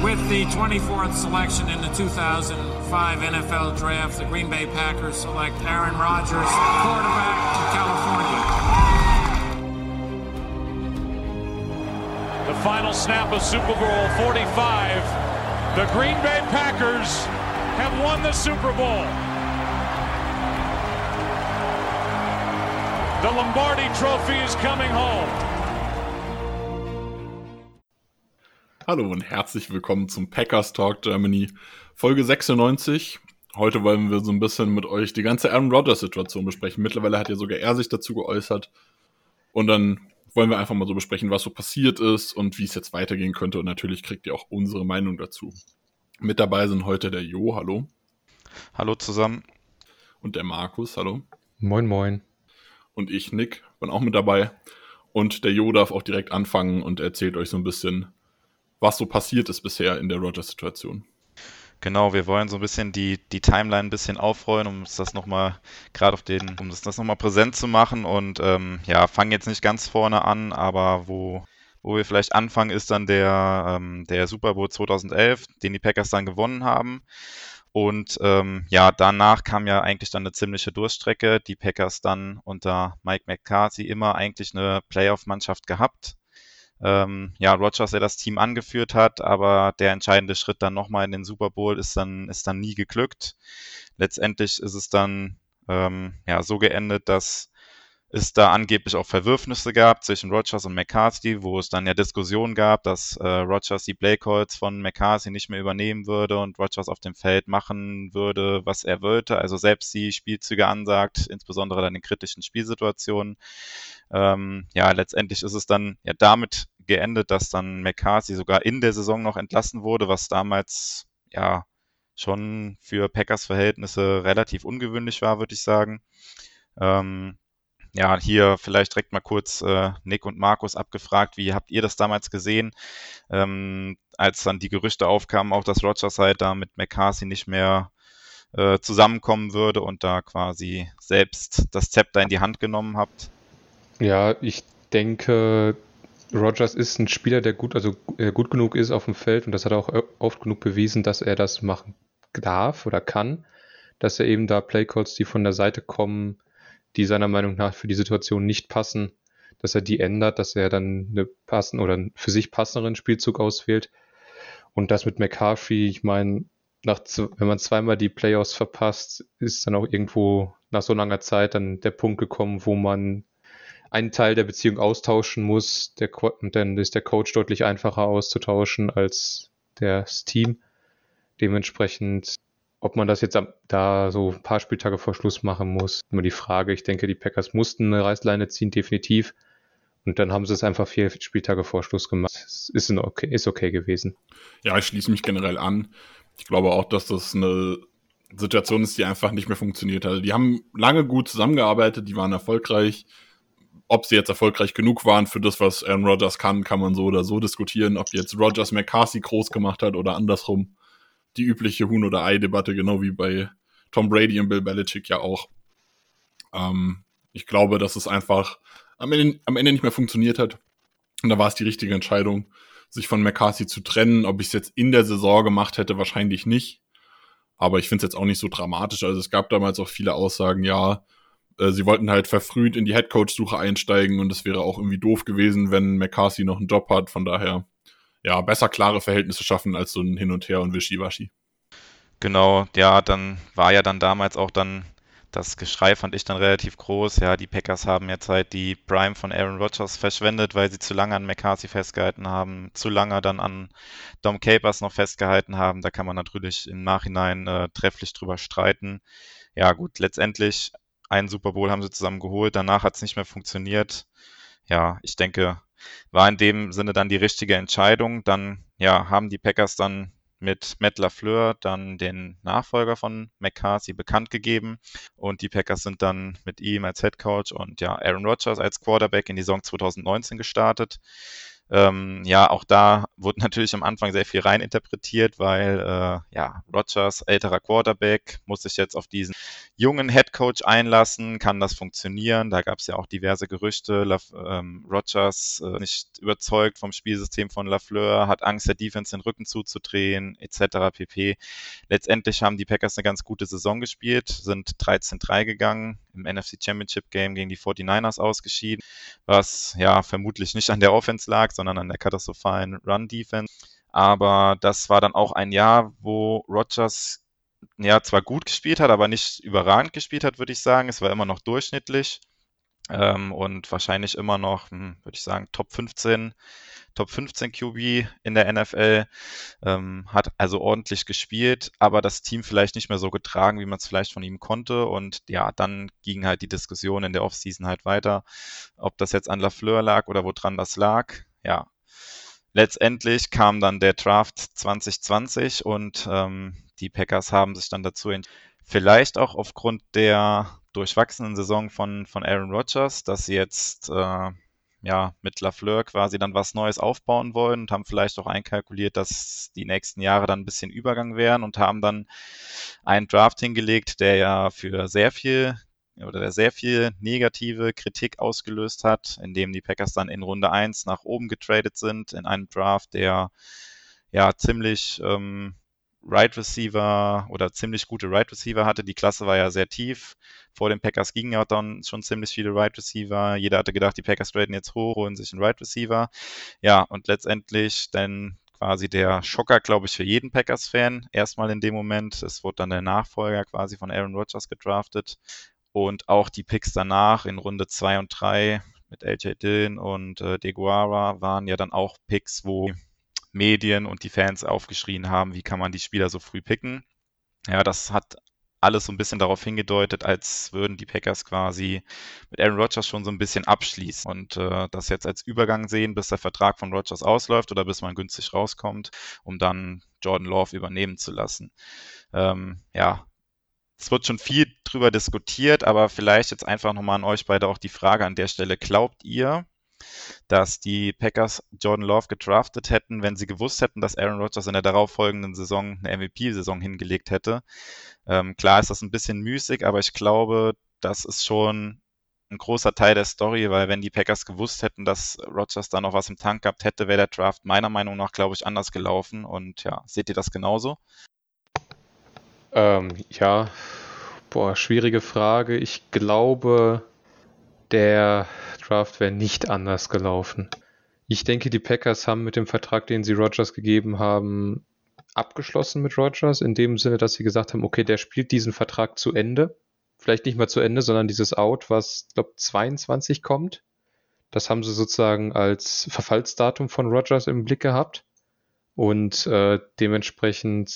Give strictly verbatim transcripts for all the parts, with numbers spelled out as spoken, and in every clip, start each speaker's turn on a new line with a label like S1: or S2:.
S1: With the twenty-fourth selection in the two thousand five N F L Draft, the Green Bay Packers select Aaron Rodgers, quarterback of California.
S2: The final snap of Super Bowl forty-five. The Green Bay Packers have won the Super Bowl. The Lombardi Trophy is coming home.
S3: Hallo und herzlich willkommen zum Packers Talk Germany, Folge sechsundneunzig. Heute wollen wir so ein bisschen mit euch die ganze Aaron Rodgers-Situation besprechen. Mittlerweile hat ja sogar er sich dazu geäußert. Und dann wollen wir einfach mal so besprechen, was so passiert ist und wie es jetzt weitergehen könnte. Und natürlich kriegt ihr auch unsere Meinung dazu. Mit dabei sind heute der Jo, hallo.
S4: Hallo zusammen.
S3: Und der Markus, hallo.
S5: Moin, moin.
S3: Und ich, Nick, bin auch mit dabei. Und der Jo darf auch direkt anfangen und erzählt euch so ein bisschen, was so passiert ist bisher in der Rodgers-Situation.
S4: Genau, wir wollen so ein bisschen die, die Timeline ein bisschen aufrollen, um uns das nochmal gerade auf den, um das, das nochmal präsent zu machen und ähm, ja, fangen jetzt nicht ganz vorne an, aber wo, wo wir vielleicht anfangen, ist dann der, ähm, der Super Bowl zweitausendelf, den die Packers dann gewonnen haben. Und ähm, ja, danach kam ja eigentlich dann eine ziemliche Durchstrecke. Die Packers dann unter Mike McCarthy immer eigentlich eine Playoff-Mannschaft gehabt. Ähm, ja, Rodgers, der das Team angeführt hat, aber der entscheidende Schritt dann nochmal in den Super Bowl ist dann, ist dann nie geglückt. Letztendlich ist es dann ähm, ja so geendet, dass es da angeblich auch Verwürfnisse gab zwischen Rodgers und McCarthy, wo es dann ja Diskussionen gab, dass äh, Rodgers die Playcalls von McCarthy nicht mehr übernehmen würde und Rodgers auf dem Feld machen würde, was er wollte, also selbst die Spielzüge ansagt, insbesondere dann in kritischen Spielsituationen. Ähm, ja, letztendlich ist es dann ja damit geendet, dass dann McCarthy sogar in der Saison noch entlassen wurde, was damals ja schon für Packers Verhältnisse relativ ungewöhnlich war, würde ich sagen. Ähm, Ja, hier vielleicht direkt mal kurz äh, Nick und Markus abgefragt, wie habt ihr das damals gesehen, ähm, als dann die Gerüchte aufkamen, auch dass Rodgers halt da mit McCarthy nicht mehr äh, zusammenkommen würde und da quasi selbst das Zepter in die Hand genommen habt?
S5: Ja, ich denke, Rodgers ist ein Spieler, der gut, also äh, gut genug ist auf dem Feld und das hat er auch oft genug bewiesen, dass er das machen darf oder kann, dass er eben da Playcalls, die von der Seite kommen, die seiner Meinung nach für die Situation nicht passen, dass er die ändert, dass er dann eine passen oder einen für sich passenderen Spielzug auswählt. Und das mit McCarthy, ich meine, nach, wenn man zweimal die Playoffs verpasst, ist dann auch irgendwo nach so langer Zeit dann der Punkt gekommen, wo man einen Teil der Beziehung austauschen muss. Der, und dann ist der Coach deutlich einfacher auszutauschen als das Team. Dementsprechend, ob man das jetzt da so ein paar Spieltage vor Schluss machen muss, immer die Frage. Ich denke, die Packers mussten eine Reißleine ziehen, definitiv. Und dann haben sie es einfach vier Spieltage vor Schluss gemacht. Es ist, in okay, ist okay gewesen.
S3: Ja, ich schließe mich generell an. Ich glaube auch, dass das eine Situation ist, die einfach nicht mehr funktioniert hat. Die haben lange gut zusammengearbeitet, die waren erfolgreich. Ob sie jetzt erfolgreich genug waren für das, was Aaron Rodgers kann, kann man so oder so diskutieren. Ob jetzt Rodgers McCarthy groß gemacht hat oder andersrum. Die übliche Huhn- oder Ei-Debatte, genau wie bei Tom Brady und Bill Belichick ja auch. Ähm, ich glaube, dass es einfach am Ende, am Ende nicht mehr funktioniert hat. Und da war es die richtige Entscheidung, sich von McCarthy zu trennen. Ob ich es jetzt in der Saison gemacht hätte, wahrscheinlich nicht. Aber ich finde es jetzt auch nicht so dramatisch. Also es gab damals auch viele Aussagen, ja, äh, sie wollten halt verfrüht in die Headcoach-Suche einsteigen und es wäre auch irgendwie doof gewesen, wenn McCarthy noch einen Job hat. Von daher ja, besser klare Verhältnisse schaffen als so ein Hin und Her und Wischiwaschi.
S4: Genau, ja, dann war ja dann damals auch dann das Geschrei, fand ich dann relativ groß. Ja, die Packers haben jetzt halt die Prime von Aaron Rodgers verschwendet, weil sie zu lange an McCarthy festgehalten haben, zu lange dann an Dom Capers noch festgehalten haben. Da kann man natürlich im Nachhinein äh, trefflich drüber streiten. Ja gut, letztendlich einen Super Bowl haben sie zusammen geholt, danach hat es nicht mehr funktioniert. Ja, ich denke, war in dem Sinne dann die richtige Entscheidung. Dann ja, haben die Packers dann mit Matt LaFleur dann den Nachfolger von McCarthy bekannt gegeben und die Packers sind dann mit ihm als Headcoach und ja Aaron Rodgers als Quarterback in die Saison zwanzig neunzehn gestartet. Ähm, ja, auch da wurde natürlich am Anfang sehr viel reininterpretiert, weil äh, ja, Rodgers, älterer Quarterback, muss sich jetzt auf diesen jungen Headcoach einlassen. Kann das funktionieren? Da gab es ja auch diverse Gerüchte. La- ähm, Rodgers äh, nicht überzeugt vom Spielsystem von LaFleur, hat Angst, der Defense den Rücken zuzudrehen, et cetera pp. Letztendlich haben die Packers eine ganz gute Saison gespielt, sind dreizehn drei gegangen, im N F C Championship Game gegen die forty-niners ausgeschieden, was ja vermutlich nicht an der Offense lag, sondern an der katastrophalen Run-Defense. Aber das war dann auch ein Jahr, wo Rodgers ja zwar gut gespielt hat, aber nicht überragend gespielt hat, würde ich sagen. Es war immer noch durchschnittlich ähm, und wahrscheinlich immer noch, hm, würde ich sagen, Top fünfzehn, Top fünfzehn Q B in der N F L. Ähm, hat also ordentlich gespielt, aber das Team vielleicht nicht mehr so getragen, wie man es vielleicht von ihm konnte. Und ja, dann ging halt die Diskussion in der Offseason halt weiter, ob das jetzt an LaFleur lag oder woran das lag. Ja, letztendlich kam dann der Draft zwanzig zwanzig und ähm, die Packers haben sich dann dazu entschieden, vielleicht auch aufgrund der durchwachsenen Saison von, von Aaron Rodgers, dass sie jetzt äh, ja mit LaFleur quasi dann was Neues aufbauen wollen und haben vielleicht auch einkalkuliert, dass die nächsten Jahre dann ein bisschen Übergang wären und haben dann einen Draft hingelegt, der ja für sehr viel oder der sehr viel negative Kritik ausgelöst hat, indem die Packers dann in Runde eins nach oben getradet sind, in einem Draft, der ja ziemlich ähm, Right Receiver oder ziemlich gute Right Receiver hatte. Die Klasse war ja sehr tief. Vor den Packers gingen ja dann schon ziemlich viele Right Receiver. Jeder hatte gedacht, die Packers traden jetzt hoch, holen sich einen Right Receiver. Ja, und letztendlich dann quasi der Schocker, glaube ich, für jeden Packers-Fan. Erstmal in dem Moment. Es wurde dann der Nachfolger quasi von Aaron Rodgers gedraftet. Und auch die Picks danach in Runde zwei und drei mit L J Dillon und äh, DeGuara waren ja dann auch Picks, wo Medien und die Fans aufgeschrien haben, wie kann man die Spieler so früh picken. Ja, das hat alles so ein bisschen darauf hingedeutet, als würden die Packers quasi mit Aaron Rodgers schon so ein bisschen abschließen und äh, das jetzt als Übergang sehen, bis der Vertrag von Rodgers ausläuft oder bis man günstig rauskommt, um dann Jordan Love übernehmen zu lassen. Ähm, ja, es wird schon viel drüber diskutiert, aber vielleicht jetzt einfach nochmal an euch beide auch die Frage an der Stelle. Glaubt ihr, dass die Packers Jordan Love gedraftet hätten, wenn sie gewusst hätten, dass Aaron Rodgers in der darauffolgenden Saison eine M V P-Saison hingelegt hätte? Ähm, klar ist das ein bisschen müßig, aber ich glaube, das ist schon ein großer Teil der Story, weil wenn die Packers gewusst hätten, dass Rodgers da noch was im Tank gehabt hätte, wäre der Draft meiner Meinung nach, glaube ich, anders gelaufen. Und ja, seht ihr das genauso?
S5: Ähm, ja, boah, schwierige Frage. Ich glaube, der Draft wäre nicht anders gelaufen. Ich denke, die Packers haben mit dem Vertrag, den sie Rodgers gegeben haben, abgeschlossen mit Rodgers, in dem Sinne, dass sie gesagt haben, okay, der spielt diesen Vertrag zu Ende. Vielleicht nicht mal zu Ende, sondern dieses Out, was, ich glaube, zweiundzwanzig kommt. Das haben sie sozusagen als Verfallsdatum von Rodgers im Blick gehabt. Und äh, dementsprechend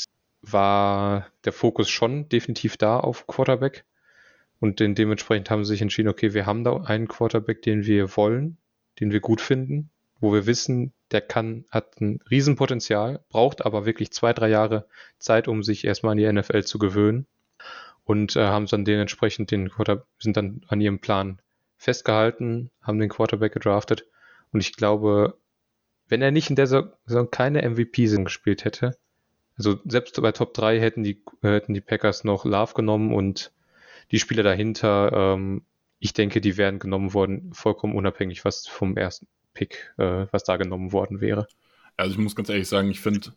S5: war der Fokus schon definitiv da auf Quarterback. Und den, dementsprechend haben sie sich entschieden, okay, wir haben da einen Quarterback, den wir wollen, den wir gut finden, wo wir wissen, der kann, hat ein Riesenpotenzial, braucht aber wirklich zwei, drei Jahre Zeit, um sich erstmal an die N F L zu gewöhnen. Und äh, haben dann dementsprechend den Quarterback, sind dann an ihrem Plan festgehalten, haben den Quarterback gedraftet. Und ich glaube, wenn er nicht in der Saison keine M V P-Saison gespielt hätte, also selbst bei Top drei hätten die, hätten die Packers noch Love genommen und die Spieler dahinter, ähm, ich denke, die wären genommen worden, vollkommen unabhängig, was vom ersten Pick, äh, was da genommen worden wäre.
S3: Also ich muss ganz ehrlich sagen, ich finde,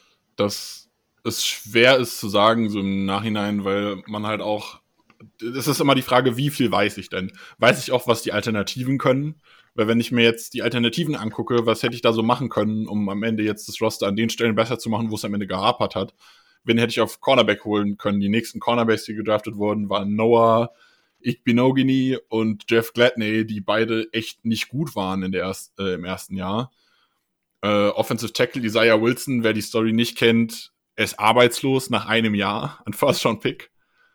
S3: dass es schwer ist zu sagen, so im Nachhinein, weil man halt auch, das ist immer die Frage, wie viel weiß ich denn? Weiß ich auch, was die Alternativen können? Weil wenn ich mir jetzt die Alternativen angucke, was hätte ich da so machen können, um am Ende jetzt das Roster an den Stellen besser zu machen, wo es am Ende gehapert hat? Wen hätte ich auf Cornerback holen können? Die nächsten Cornerbacks, die gedraftet wurden, waren Noah Igbinoghene und Jeff Gladney, die beide echt nicht gut waren in der erst, äh, im ersten Jahr. Äh, Offensive Tackle Isaiah Wilson, wer die Story nicht kennt, er ist arbeitslos nach einem Jahr, ein First-Round-Pick.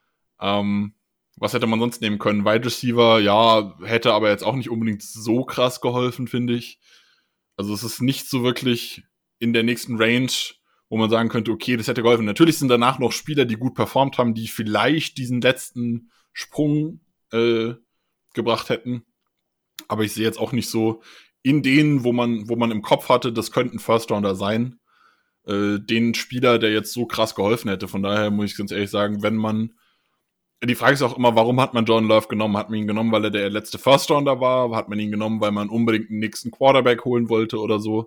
S3: Ähm, was hätte man sonst nehmen können? Wide Receiver, ja, hätte aber jetzt auch nicht unbedingt so krass geholfen, finde ich. Also es ist nicht so wirklich in der nächsten Range, wo man sagen könnte, okay, das hätte geholfen. Natürlich sind danach noch Spieler, die gut performt haben, die vielleicht diesen letzten Sprung äh, gebracht hätten. Aber ich sehe jetzt auch nicht so in denen, wo man, wo man im Kopf hatte, das könnten First-Rounder sein, äh, den Spieler, der jetzt so krass geholfen hätte. Von daher muss ich ganz ehrlich sagen, wenn man, die Frage ist auch immer, warum hat man Jordan Love genommen? Hat man ihn genommen, weil er der letzte First-Rounder war? Hat man ihn genommen, weil man unbedingt einen nächsten Quarterback holen wollte oder so?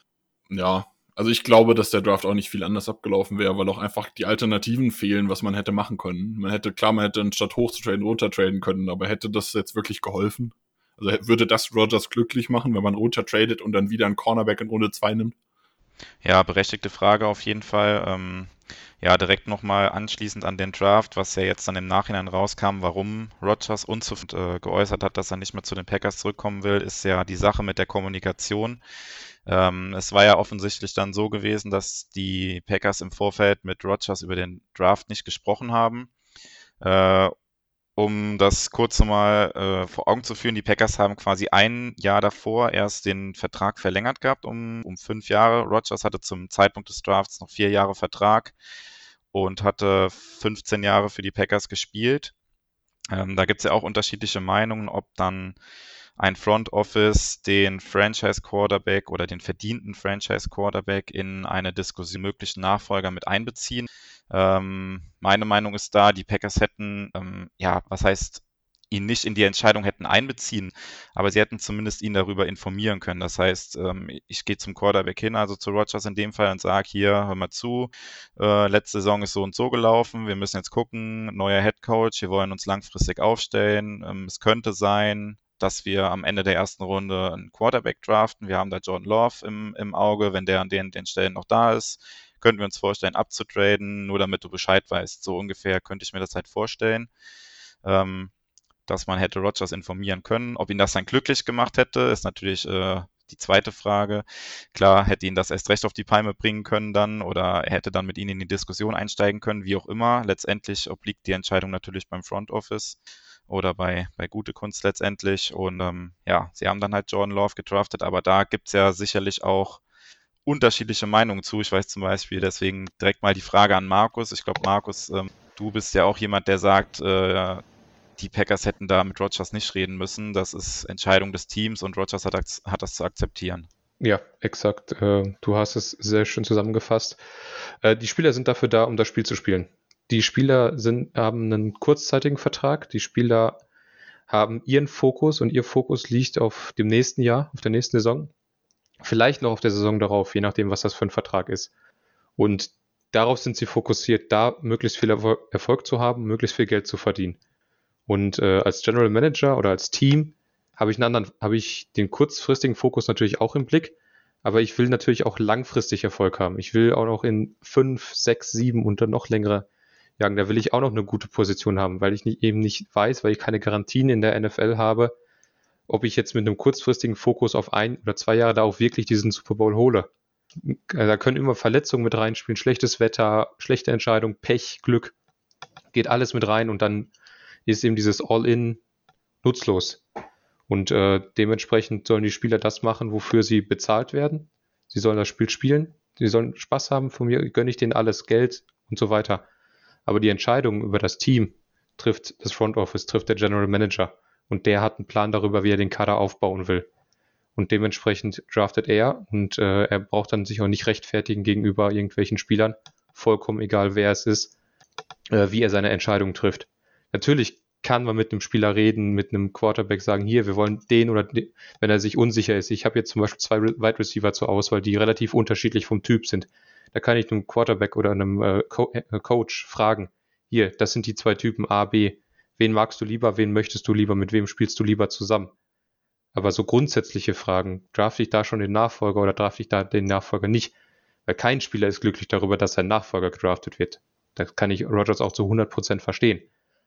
S3: Ja, also ich glaube, dass der Draft auch nicht viel anders abgelaufen wäre, weil auch einfach die Alternativen fehlen, was man hätte machen können. Man hätte, klar, man hätte anstatt hochzutraden, runtertraden können, aber hätte das jetzt wirklich geholfen? Also würde das Rodgers glücklich machen, wenn man runtertradet und dann wieder einen Cornerback in Runde zwei nimmt?
S4: Ja, berechtigte Frage auf jeden Fall. Ähm, ja, direkt nochmal anschließend an den Draft, was ja jetzt dann im Nachhinein rauskam, warum Rodgers unzufrieden äh, geäußert hat, dass er nicht mehr zu den Packers zurückkommen will, ist ja die Sache mit der Kommunikation. Ähm, es war ja offensichtlich dann so gewesen, dass die Packers im Vorfeld mit Rodgers über den Draft nicht gesprochen haben. Äh, um das kurz nochmal äh, vor Augen zu führen, die Packers haben quasi ein Jahr davor erst den Vertrag verlängert gehabt, um, um fünf Jahre. Rodgers hatte zum Zeitpunkt des Drafts noch vier Jahre Vertrag und hatte fünfzehn Jahre für die Packers gespielt. Ähm, da gibt es ja auch unterschiedliche Meinungen, ob dann ein Front Office den Franchise Quarterback oder den verdienten Franchise Quarterback in eine Diskussion möglichen Nachfolger mit einbeziehen. Ähm, meine Meinung ist da, die Packers hätten, ähm, ja, was heißt, ihn nicht in die Entscheidung hätten einbeziehen, aber sie hätten zumindest ihn darüber informieren können. Das heißt, ähm, ich gehe zum Quarterback hin, also zu Rodgers in dem Fall, und sage, hier, hör mal zu, äh, letzte Saison ist so und so gelaufen, wir müssen jetzt gucken, neuer Head Coach, wir wollen uns langfristig aufstellen, ähm, es könnte sein, dass wir am Ende der ersten Runde einen Quarterback draften. Wir haben da Jordan Love im, im Auge, wenn der an den, den Stellen noch da ist, könnten wir uns vorstellen, abzutraden, nur damit du Bescheid weißt. So ungefähr könnte ich mir das halt vorstellen, ähm, dass man hätte Rodgers informieren können. Ob ihn das dann glücklich gemacht hätte, ist natürlich äh, die zweite Frage. Klar, hätte ihn das erst recht auf die Palme bringen können dann oder er hätte dann mit ihnen in die Diskussion einsteigen können, wie auch immer. Letztendlich obliegt die Entscheidung natürlich beim Front Office oder bei, bei Gute Kunst letztendlich. Und ähm, ja, sie haben dann halt Jordan Love gedraftet, aber da gibt es ja sicherlich auch unterschiedliche Meinungen zu. Ich weiß zum Beispiel, deswegen direkt mal die Frage an Markus. Ich glaube, Markus, ähm, du bist ja auch jemand, der sagt, äh, die Packers hätten da mit Rodgers nicht reden müssen. Das ist Entscheidung des Teams und Rodgers hat, hat das zu akzeptieren.
S5: Ja, exakt. Äh, du hast es sehr schön zusammengefasst. Äh, die Spieler sind dafür da, um das Spiel zu spielen. Die Spieler sind, haben einen kurzzeitigen Vertrag. Die Spieler haben ihren Fokus und ihr Fokus liegt auf dem nächsten Jahr, auf der nächsten Saison. Vielleicht noch auf der Saison darauf, je nachdem, was das für ein Vertrag ist. Und darauf sind sie fokussiert, da möglichst viel Erfolg zu haben, möglichst viel Geld zu verdienen. Und äh, als General Manager oder als Team habe ich einen anderen, habe ich den kurzfristigen Fokus natürlich auch im Blick, aber ich will natürlich auch langfristig Erfolg haben. Ich will auch noch in fünf, sechs, sieben und dann noch längere Jahren, da will ich auch noch eine gute Position haben, weil ich nicht, eben nicht weiß, weil ich keine Garantien in der N F L habe, ob ich jetzt mit einem kurzfristigen Fokus auf ein oder zwei Jahre da auch wirklich diesen Super Bowl hole. Da können immer Verletzungen mit reinspielen, schlechtes Wetter, schlechte Entscheidung, Pech, Glück, geht alles mit rein und dann ist eben dieses All-In nutzlos. Und äh, dementsprechend sollen die Spieler das machen, wofür sie bezahlt werden. Sie sollen das Spiel spielen, sie sollen Spaß haben, von mir gönne ich denen alles, Geld und so weiter. Aber die Entscheidung über das Team trifft das Front Office, trifft der General Manager. Und der hat einen Plan darüber, wie er den Kader aufbauen will. Und dementsprechend draftet er und äh, er braucht dann sich auch nicht rechtfertigen gegenüber irgendwelchen Spielern, vollkommen egal wer es ist, äh, wie er seine Entscheidung trifft. Natürlich kann man mit einem Spieler reden, mit einem Quarterback sagen, hier, wir wollen den oder den, wenn er sich unsicher ist. Ich habe jetzt zum Beispiel zwei Wide Receiver zur Auswahl, die relativ unterschiedlich vom Typ sind. Da kann ich einem Quarterback oder einem äh, Co- äh, Coach fragen, hier, das sind die zwei Typen A, B. Wen magst du lieber, wen möchtest du lieber, mit wem spielst du lieber zusammen? Aber so grundsätzliche Fragen, draft ich da schon den Nachfolger oder draft ich da den Nachfolger nicht? Weil kein Spieler ist glücklich darüber, dass sein Nachfolger gedraftet wird. Das kann ich Rodgers auch zu hundert Prozent verstehen.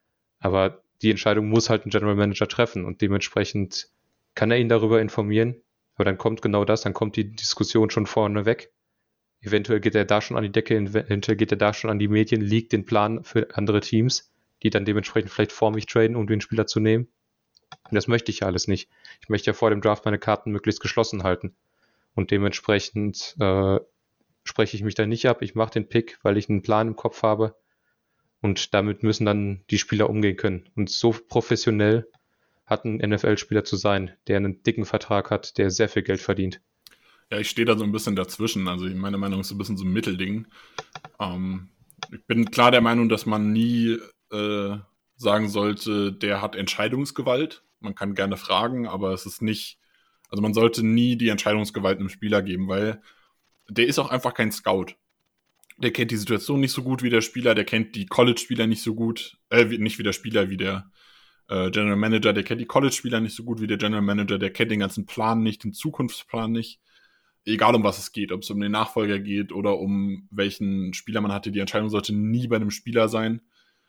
S5: Aber die Entscheidung muss halt ein General Manager treffen und dementsprechend kann er ihn darüber informieren. Aber dann kommt genau das, dann kommt die Diskussion schon vorne weg. Eventuell geht er da schon an die Decke, eventuell geht er da schon an die Medien, liegt den Plan für andere Teams, die dann dementsprechend vielleicht vor mich traden, um den Spieler zu nehmen. Und das möchte ich ja alles nicht. Ich möchte ja vor dem Draft meine Karten möglichst geschlossen halten. Und dementsprechend äh, spreche ich mich da nicht ab. Ich mache den Pick, weil ich einen Plan im Kopf habe. Und damit müssen dann die Spieler umgehen können. Und so professionell hat, ein N F L-Spieler zu sein, der einen dicken Vertrag hat, der sehr viel Geld verdient.
S3: Ja, ich stehe da so ein bisschen dazwischen. Also meine Meinung ist so ein bisschen so ein Mittelding. Ähm, ich bin klar der Meinung, dass man nie äh, sagen sollte, der hat Entscheidungsgewalt. Man kann gerne fragen, aber es ist nicht, also man sollte nie die Entscheidungsgewalt einem Spieler geben, weil der ist auch einfach kein Scout. Der kennt die Situation nicht so gut wie der Spieler, der kennt die College-Spieler nicht so gut, äh, nicht wie der Spieler, wie der äh, General Manager, der kennt die College-Spieler nicht so gut wie der General Manager, der kennt den ganzen Plan nicht, den Zukunftsplan nicht. Egal um was es geht, ob es um den Nachfolger geht oder um welchen Spieler man hatte, die Entscheidung sollte nie bei einem Spieler sein.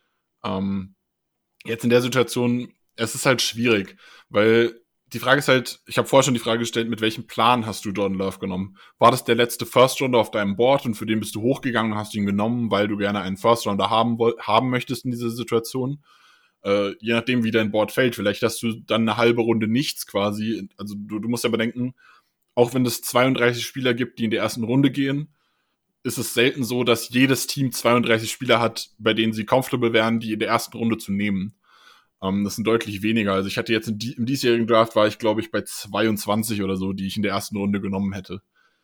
S3: Ähm, jetzt in der Situation, es ist halt schwierig, weil die Frage ist halt, ich habe vorher schon die Frage gestellt, mit welchem Plan hast du Jordan Love genommen? War das der letzte First-Rounder auf deinem Board und für den bist du hochgegangen und hast ihn genommen, weil du gerne einen First-Rounder haben, haben möchtest in dieser Situation? Äh, je nachdem, wie dein Board fällt, vielleicht hast du dann eine halbe Runde nichts quasi. Also du, du musst ja bedenken, auch wenn es zweiunddreißig Spieler gibt, die in der ersten Runde gehen, ist es selten so, dass jedes Team zweiunddreißig Spieler hat, bei denen sie comfortable wären, die in der ersten Runde zu nehmen. Um, das sind deutlich weniger. Also ich hatte jetzt in die, im diesjährigen Draft war ich, glaube ich, bei zweiundzwanzig oder so, die ich in der ersten Runde genommen hätte.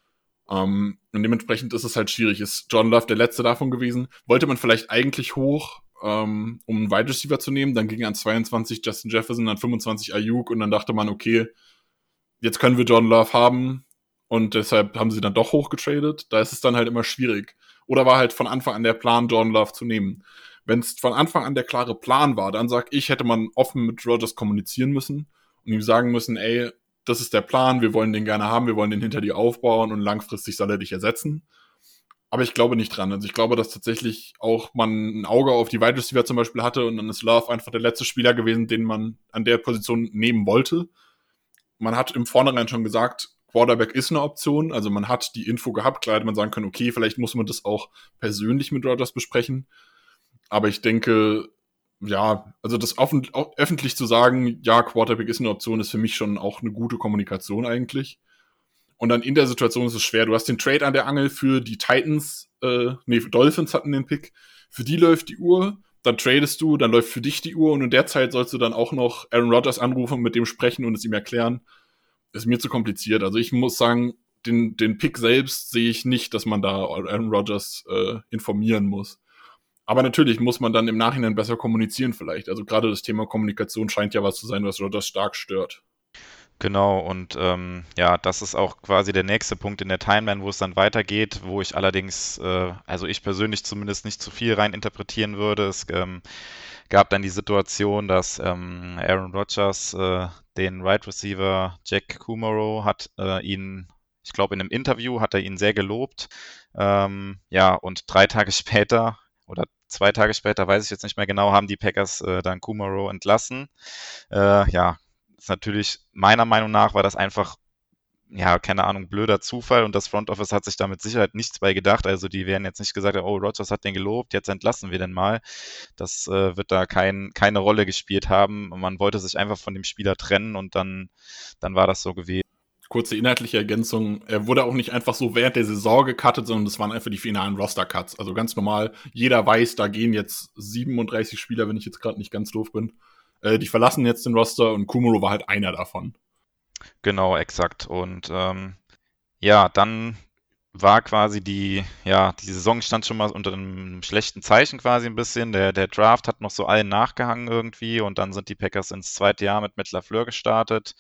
S3: Um, und dementsprechend ist es halt schwierig. Ist Jordan Love der letzte davon gewesen? Wollte man vielleicht eigentlich hoch, um, um einen Wide Receiver zu nehmen? Dann ging an zweiundzwanzig Justin Jefferson, an fünfundzwanzig Ayuk und dann dachte man, okay, jetzt können wir Jordan Love haben und deshalb haben sie dann doch hochgetradet. Da ist es dann halt immer schwierig. Oder war halt von Anfang an der Plan, Jordan Love zu nehmen? Wenn es von Anfang an der klare Plan war, dann sag ich, hätte man offen mit Rodgers kommunizieren müssen und ihm sagen müssen, ey, das ist der Plan, wir wollen den gerne haben, wir wollen den hinter dir aufbauen und langfristig soll er dich ersetzen. Aber ich glaube nicht dran. Also ich glaube, dass tatsächlich auch man ein Auge auf die Wide Receiver zum Beispiel hatte und dann ist Love einfach der letzte Spieler gewesen, den man an der Position nehmen wollte. Man hat im Vornherein schon gesagt, Quarterback ist eine Option, also man hat die Info gehabt, klar hätte man sagen können, okay, vielleicht muss man das auch persönlich mit Rodgers besprechen. Aber ich denke, ja, also das offen, öffentlich zu sagen, ja, Quarterback ist eine Option, ist für mich schon auch eine gute Kommunikation eigentlich. Und dann in der Situation ist es schwer. Du hast den Trade an der Angel für die Titans, äh, nee, Dolphins hatten den Pick. Für die läuft die Uhr, dann tradest du, dann läuft für dich die Uhr und in der Zeit sollst du dann auch noch Aaron Rodgers anrufen, mit dem sprechen und es ihm erklären. Das ist mir zu kompliziert. Also ich muss sagen, den, den Pick selbst sehe ich nicht, dass man da Aaron Rodgers äh, informieren muss. Aber natürlich muss man dann im Nachhinein besser kommunizieren vielleicht. Also gerade das Thema Kommunikation scheint ja was zu sein, was Rodgers stark stört.
S4: Genau, und ähm, ja, das ist auch quasi der nächste Punkt in der Timeline, wo es dann weitergeht, wo ich allerdings, äh, also ich persönlich zumindest nicht zu viel rein interpretieren würde. Es ähm, gab dann die Situation, dass ähm, Aaron Rodgers äh, den Wide Receiver Jack Kumaro hat äh, ihn, ich glaube in einem Interview hat er ihn sehr gelobt. Ähm, ja, und drei Tage später oder zwei Tage später, weiß ich jetzt nicht mehr genau, haben die Packers äh, dann Kumaro entlassen. Äh, ja, ist natürlich, meiner Meinung nach war das einfach, ja, keine Ahnung, blöder Zufall und das Front Office hat sich da mit Sicherheit nichts bei gedacht. Also die werden jetzt nicht gesagt, oh, Rodgers hat den gelobt, jetzt entlassen wir den mal. Das äh, wird da kein, keine Rolle gespielt haben. Man wollte sich einfach von dem Spieler trennen und dann, dann war das so gewesen.
S3: Kurze inhaltliche Ergänzung, er wurde auch nicht einfach so während der Saison gecuttet, sondern das waren einfach die finalen Roster-Cuts. Also ganz normal, jeder weiß, da gehen jetzt siebenunddreißig Spieler, wenn ich jetzt gerade nicht ganz doof bin. Äh, die verlassen jetzt den Roster und Kumaro war halt einer davon.
S4: Genau, exakt. Und ähm, ja, dann war quasi die, ja, die Saison stand schon mal unter einem schlechten Zeichen quasi ein bisschen. Der, der Draft hat noch so allen nachgehangen irgendwie und dann sind die Packers ins zweite Jahr mit Matt LaFleur gestartet.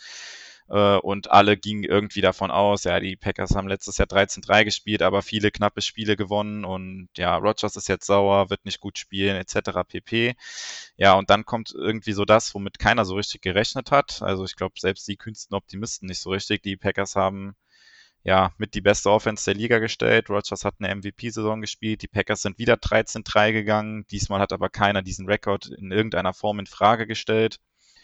S4: Und alle gingen irgendwie davon aus, ja, die Packers haben letztes Jahr dreizehn drei gespielt, aber viele knappe Spiele gewonnen und ja, Rodgers ist jetzt sauer, wird nicht gut spielen, et cetera pp. Ja, und dann kommt irgendwie so das, womit keiner so richtig gerechnet hat. Also ich glaube, selbst die kühnsten Optimisten nicht so richtig. Die Packers haben ja mit die beste Offense der Liga gestellt. Rodgers hat eine M V P-Saison gespielt. Die Packers sind wieder dreizehn drei gegangen. Diesmal hat aber keiner diesen Rekord in irgendeiner Form in Frage gestellt.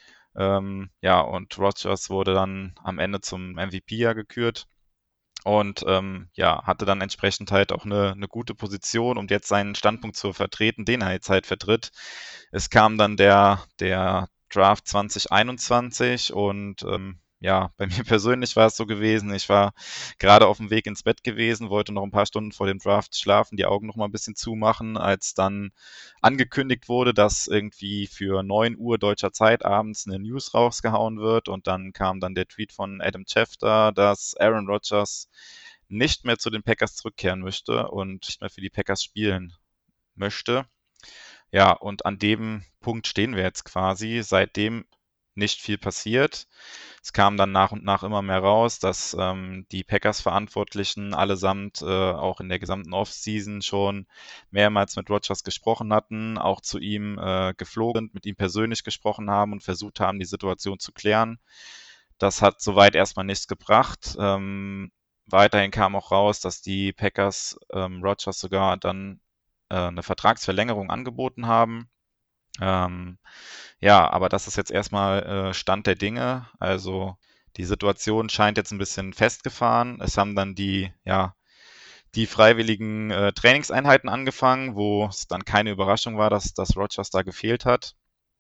S4: Ähm, ja, und Rodgers wurde dann am Ende zum M V P ja gekürt und ähm, ja, hatte dann entsprechend halt auch eine, eine gute Position, um jetzt seinen Standpunkt zu vertreten, den er jetzt halt vertritt. Es kam dann der, der Draft zwanzig einundzwanzig und ähm, ja, bei mir persönlich war es so gewesen, ich war gerade auf dem Weg ins Bett gewesen, wollte noch ein paar Stunden vor dem Draft schlafen, die Augen noch mal ein bisschen zumachen, als dann angekündigt wurde, dass irgendwie für neun Uhr deutscher Zeit abends eine News rausgehauen wird und dann kam dann der Tweet von Adam Schefter, dass Aaron Rodgers nicht mehr zu den Packers zurückkehren möchte und nicht mehr für die Packers spielen möchte. Ja, und an dem Punkt stehen wir jetzt quasi. Seitdem nicht viel passiert. Es kam dann nach und nach immer mehr raus, dass ähm, die Packers-Verantwortlichen allesamt äh, auch in der gesamten Offseason schon mehrmals mit Rodgers gesprochen hatten, auch zu ihm äh, geflogen sind, mit ihm persönlich gesprochen haben und versucht haben, die Situation zu klären. Das hat soweit erstmal nichts gebracht. Ähm, weiterhin kam auch raus, dass die Packers ähm, Rodgers sogar dann äh, eine Vertragsverlängerung angeboten haben. Ähm, ja, aber das ist jetzt erstmal äh, Stand der Dinge. Also die Situation scheint jetzt ein bisschen festgefahren. Es haben dann die, ja, die freiwilligen äh, Trainingseinheiten angefangen, wo es dann keine Überraschung war, dass, dass Rodgers da gefehlt hat.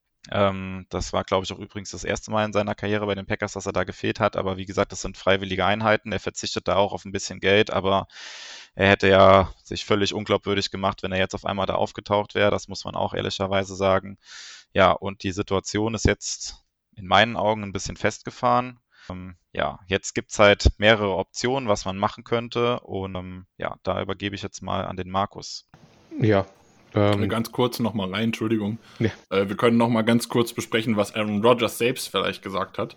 S4: Ähm, das war, glaube ich, auch übrigens das erste Mal in seiner Karriere bei den Packers, dass er da gefehlt hat. Aber wie gesagt, das sind freiwillige Einheiten. Er verzichtet da auch auf ein bisschen Geld, aber er hätte ja sich völlig unglaubwürdig gemacht, wenn er jetzt auf einmal da aufgetaucht wäre. Das muss man auch ehrlicherweise sagen. Ja, und die Situation ist jetzt in meinen Augen ein bisschen festgefahren. Ähm, ja, jetzt gibt's halt mehrere Optionen, was man machen könnte. Und ähm, ja, da übergebe ich jetzt mal an den Markus.
S5: Ja. Ähm,
S3: ganz kurz nochmal rein, Entschuldigung.
S5: Ja.
S3: Äh, wir können nochmal ganz kurz besprechen, was Aaron Rodgers selbst vielleicht gesagt hat.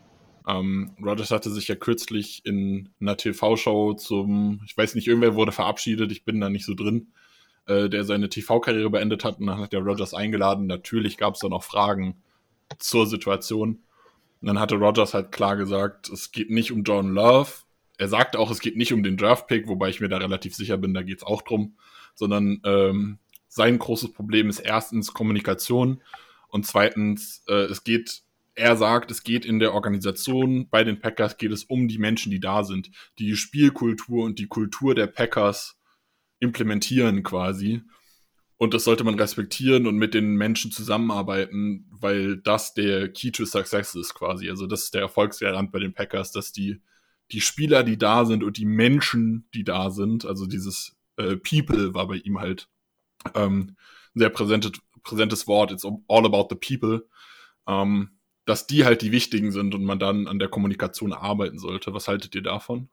S3: Ähm, Rodgers hatte sich ja kürzlich in einer T V-Show zum, ich weiß nicht, irgendwer wurde verabschiedet, ich bin da nicht so drin, äh, der seine T V-Karriere beendet hat, und dann hat der Rodgers eingeladen. Natürlich gab es da noch Fragen zur Situation. Und dann hatte Rodgers halt klar gesagt, es geht nicht um Jordan Love. Er sagte auch, es geht nicht um den Draft-Pick, wobei ich mir da relativ sicher bin, da geht es auch drum, sondern ähm, sein großes Problem ist erstens Kommunikation und zweitens, äh, es geht, er sagt, es geht in der Organisation, bei den Packers geht es um die Menschen, die da sind, die die Spielkultur und die Kultur der Packers implementieren quasi. Und das sollte man respektieren und mit den Menschen zusammenarbeiten, weil das der Key to Success ist quasi. Also das ist der Erfolgsgarant bei den Packers, dass die, die Spieler, die da sind und die Menschen, die da sind, also dieses äh, People war bei ihm halt ähm, ein sehr präsentes, präsentes Wort, it's all about the people, ähm, dass die halt die Wichtigen sind und man dann an der Kommunikation arbeiten sollte. Was haltet ihr davon?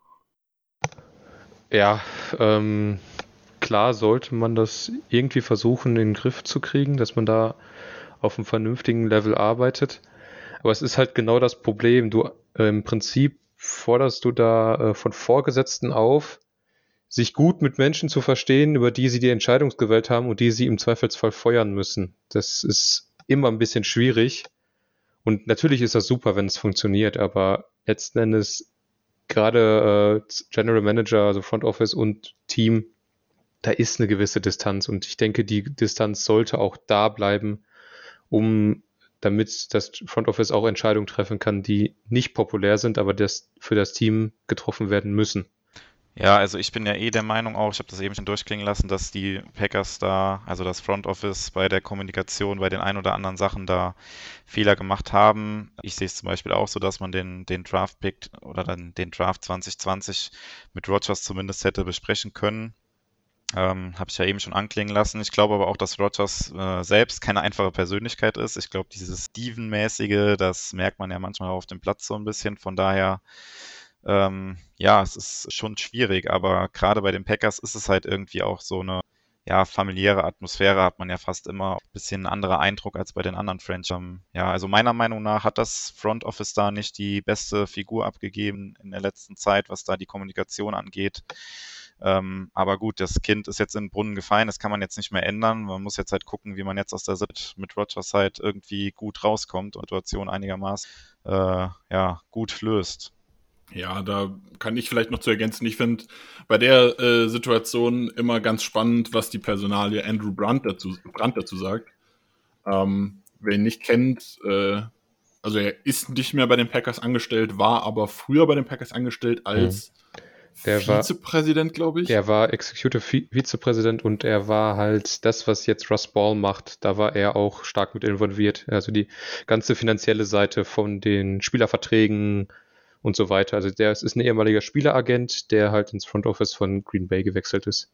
S5: Ja, ähm, klar sollte man das irgendwie versuchen, in den Griff zu kriegen, dass man da auf einem vernünftigen Level arbeitet. Aber es ist halt genau das Problem. Du äh, im Prinzip forderst du da äh, von Vorgesetzten auf, sich gut mit Menschen zu verstehen, über die sie die Entscheidungsgewalt haben und die sie im Zweifelsfall feuern müssen. Das ist immer ein bisschen schwierig. Und natürlich ist das super, wenn es funktioniert, aber letzten Endes gerade äh, General Manager, also Front Office und Team, da ist eine gewisse Distanz und ich denke, die Distanz sollte auch da bleiben, um damit das Front Office auch Entscheidungen treffen kann, die nicht populär sind, aber das für das Team getroffen werden müssen.
S4: Ja, also ich bin ja eh der Meinung auch, ich habe das eben schon durchklingen lassen, dass die Packers da, also das Front Office bei der Kommunikation, bei den ein oder anderen Sachen da Fehler gemacht haben. Ich sehe es zum Beispiel auch so, dass man den, den Draft-Pick oder dann den Draft zwanzig zwanzig mit Rodgers zumindest hätte besprechen können. Ähm, habe ich ja eben schon anklingen lassen. Ich glaube aber auch, dass Rodgers äh, selbst keine einfache Persönlichkeit ist. Ich glaube, dieses Steven-mäßige, das merkt man ja manchmal auf dem Platz so ein bisschen. Von daher Ähm, ja, es ist schon schwierig, aber gerade bei den Packers ist es halt irgendwie auch so eine ja, familiäre Atmosphäre, hat man ja fast immer ein bisschen ein anderer Eindruck als bei den anderen Franchises. Ja, also meiner Meinung nach hat das Front Office da nicht die beste Figur abgegeben in der letzten Zeit, was da die Kommunikation angeht. Ähm, aber gut, das Kind ist jetzt in den Brunnen gefallen, das kann man jetzt nicht mehr ändern. Man muss jetzt halt gucken, wie man jetzt aus der Situation mit Rodgers halt irgendwie gut rauskommt und die Situation einigermaßen äh, ja, gut löst.
S3: Ja, da kann ich vielleicht noch zu ergänzen. Ich finde bei der äh, Situation immer ganz spannend, was die Personalie Andrew Brandt dazu, Brandt dazu sagt. Ähm, wer ihn nicht kennt, äh, also er ist nicht mehr bei den Packers angestellt, war aber früher bei den Packers angestellt als
S5: Der
S3: Vizepräsident, glaube ich.
S5: Er war Executive Vizepräsident und er war halt das, was jetzt Russ Ball macht. Da war er auch stark mit involviert. Also die ganze finanzielle Seite von den Spielerverträgen und so weiter. Also der ist ein ehemaliger Spieleragent, der halt ins Front Office von Green Bay gewechselt ist.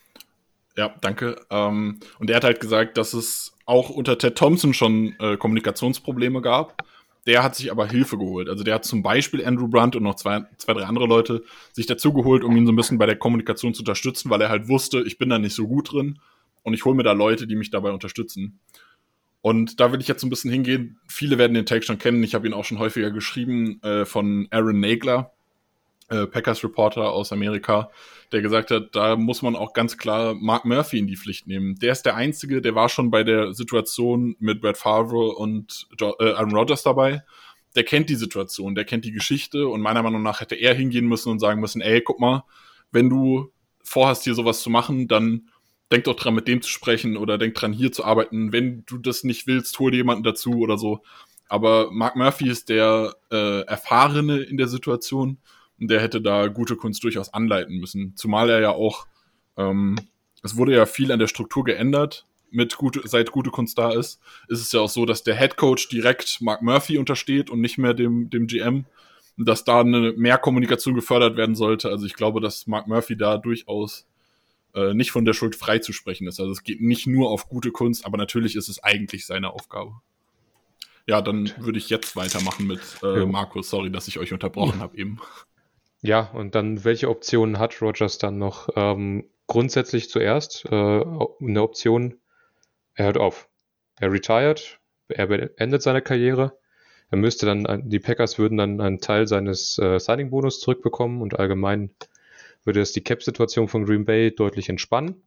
S3: Ja, danke. Ähm, und er hat halt gesagt, dass es auch unter Ted Thompson schon äh, Kommunikationsprobleme gab. Der hat sich aber Hilfe geholt. Also der hat zum Beispiel Andrew Brandt und noch zwei, zwei, drei andere Leute sich dazu geholt, um ihn so ein bisschen bei der Kommunikation zu unterstützen, weil er halt wusste, ich bin da nicht so gut drin und ich hole mir da Leute, die mich dabei unterstützen. Und da will ich jetzt so ein bisschen hingehen. Viele werden den Take schon kennen. Ich habe ihn auch schon häufiger geschrieben äh, von Aaron Nagler, äh, Packers-Reporter aus Amerika, der gesagt hat, da muss man auch ganz klar Mark Murphy in die Pflicht nehmen. Der ist der Einzige, der war schon bei der Situation mit Brett Favre und jo- äh, Aaron Rodgers dabei. Der kennt die Situation, der kennt die Geschichte und meiner Meinung nach hätte er hingehen müssen und sagen müssen, ey, guck mal, wenn du vorhast, hier sowas zu machen, dann denk doch dran, mit dem zu sprechen oder denk dran, hier zu arbeiten. Wenn du das nicht willst, hol dir jemanden dazu oder so. Aber Mark Murphy ist der äh, Erfahrene in der Situation. Und der hätte da gute Kunst durchaus anleiten müssen. Zumal er ja auch, ähm, es wurde ja viel an der Struktur geändert, mit gute, seit gute Kunst da ist. Ist es ja auch so, dass der Head Coach direkt Mark Murphy untersteht und nicht mehr dem, dem G M. Und dass da eine mehr Kommunikation gefördert werden sollte. Also ich glaube, dass Mark Murphy da durchaus äh, nicht von der Schuld freizusprechen ist. Also es geht nicht nur auf gute Kunst, aber natürlich ist es eigentlich seine Aufgabe. Ja, dann würde ich jetzt weitermachen mit äh, Markus. Sorry, dass ich euch unterbrochen habe eben.
S5: Ja, und dann, welche Optionen hat Rodgers dann noch? Ähm, grundsätzlich zuerst äh, eine Option, er hört auf. Er retired, er beendet seine Karriere. Er müsste dann, die Packers würden dann einen Teil seines äh, Signing-Bonus zurückbekommen und allgemein würde es die Cap-Situation von Green Bay deutlich entspannen.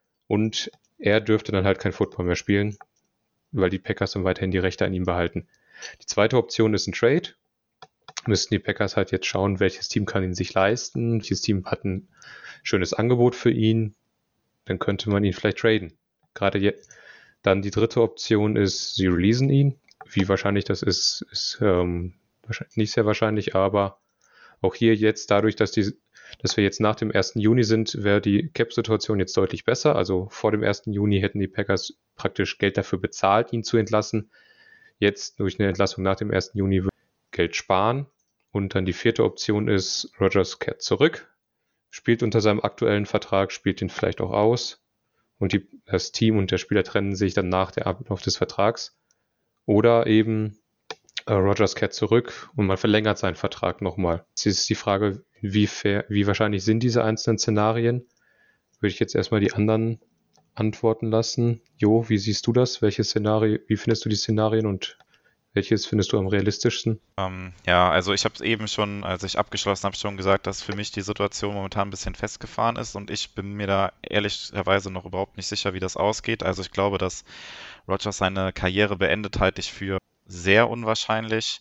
S5: Und er dürfte dann halt kein Football mehr spielen, weil die Packers dann weiterhin die Rechte an ihm behalten. Die zweite Option ist ein Trade. Müssten die Packers halt jetzt schauen, welches Team kann ihn sich leisten, welches Team hat ein schönes Angebot für ihn, dann könnte man ihn vielleicht traden. Gerade jetzt. Dann die dritte Option ist, sie releasen ihn. Wie wahrscheinlich das ist, ist ähm, wahrscheinlich nicht sehr wahrscheinlich, aber auch hier jetzt dadurch, dass die, dass wir jetzt nach dem ersten Juni sind, wäre die Cap-Situation jetzt deutlich besser. Also vor dem ersten Juni hätten die Packers praktisch Geld dafür bezahlt, ihn zu entlassen. Jetzt durch eine Entlassung nach dem ersten Juni wird Geld sparen. Und dann die vierte Option ist, Rodgers kehrt zurück, spielt unter seinem aktuellen Vertrag, spielt ihn vielleicht auch aus und die, das Team und der Spieler trennen sich dann nach der Ablauf des Vertrags. Oder eben äh, Rodgers kehrt zurück und man verlängert seinen Vertrag nochmal. Jetzt ist die Frage, wie, fair, wie wahrscheinlich sind diese einzelnen Szenarien? Würde ich jetzt erstmal die anderen antworten lassen. Jo, wie siehst du das? Welche Szenario, wie findest du die Szenarien und welches findest du am realistischsten?
S4: Ähm, ja, also ich habe es eben schon, als ich abgeschlossen habe, schon gesagt, dass für mich die Situation momentan ein bisschen festgefahren ist und ich bin mir da ehrlicherweise noch überhaupt nicht sicher, wie das ausgeht. Also ich glaube, dass Rodgers seine Karriere beendet, halte ich für sehr unwahrscheinlich.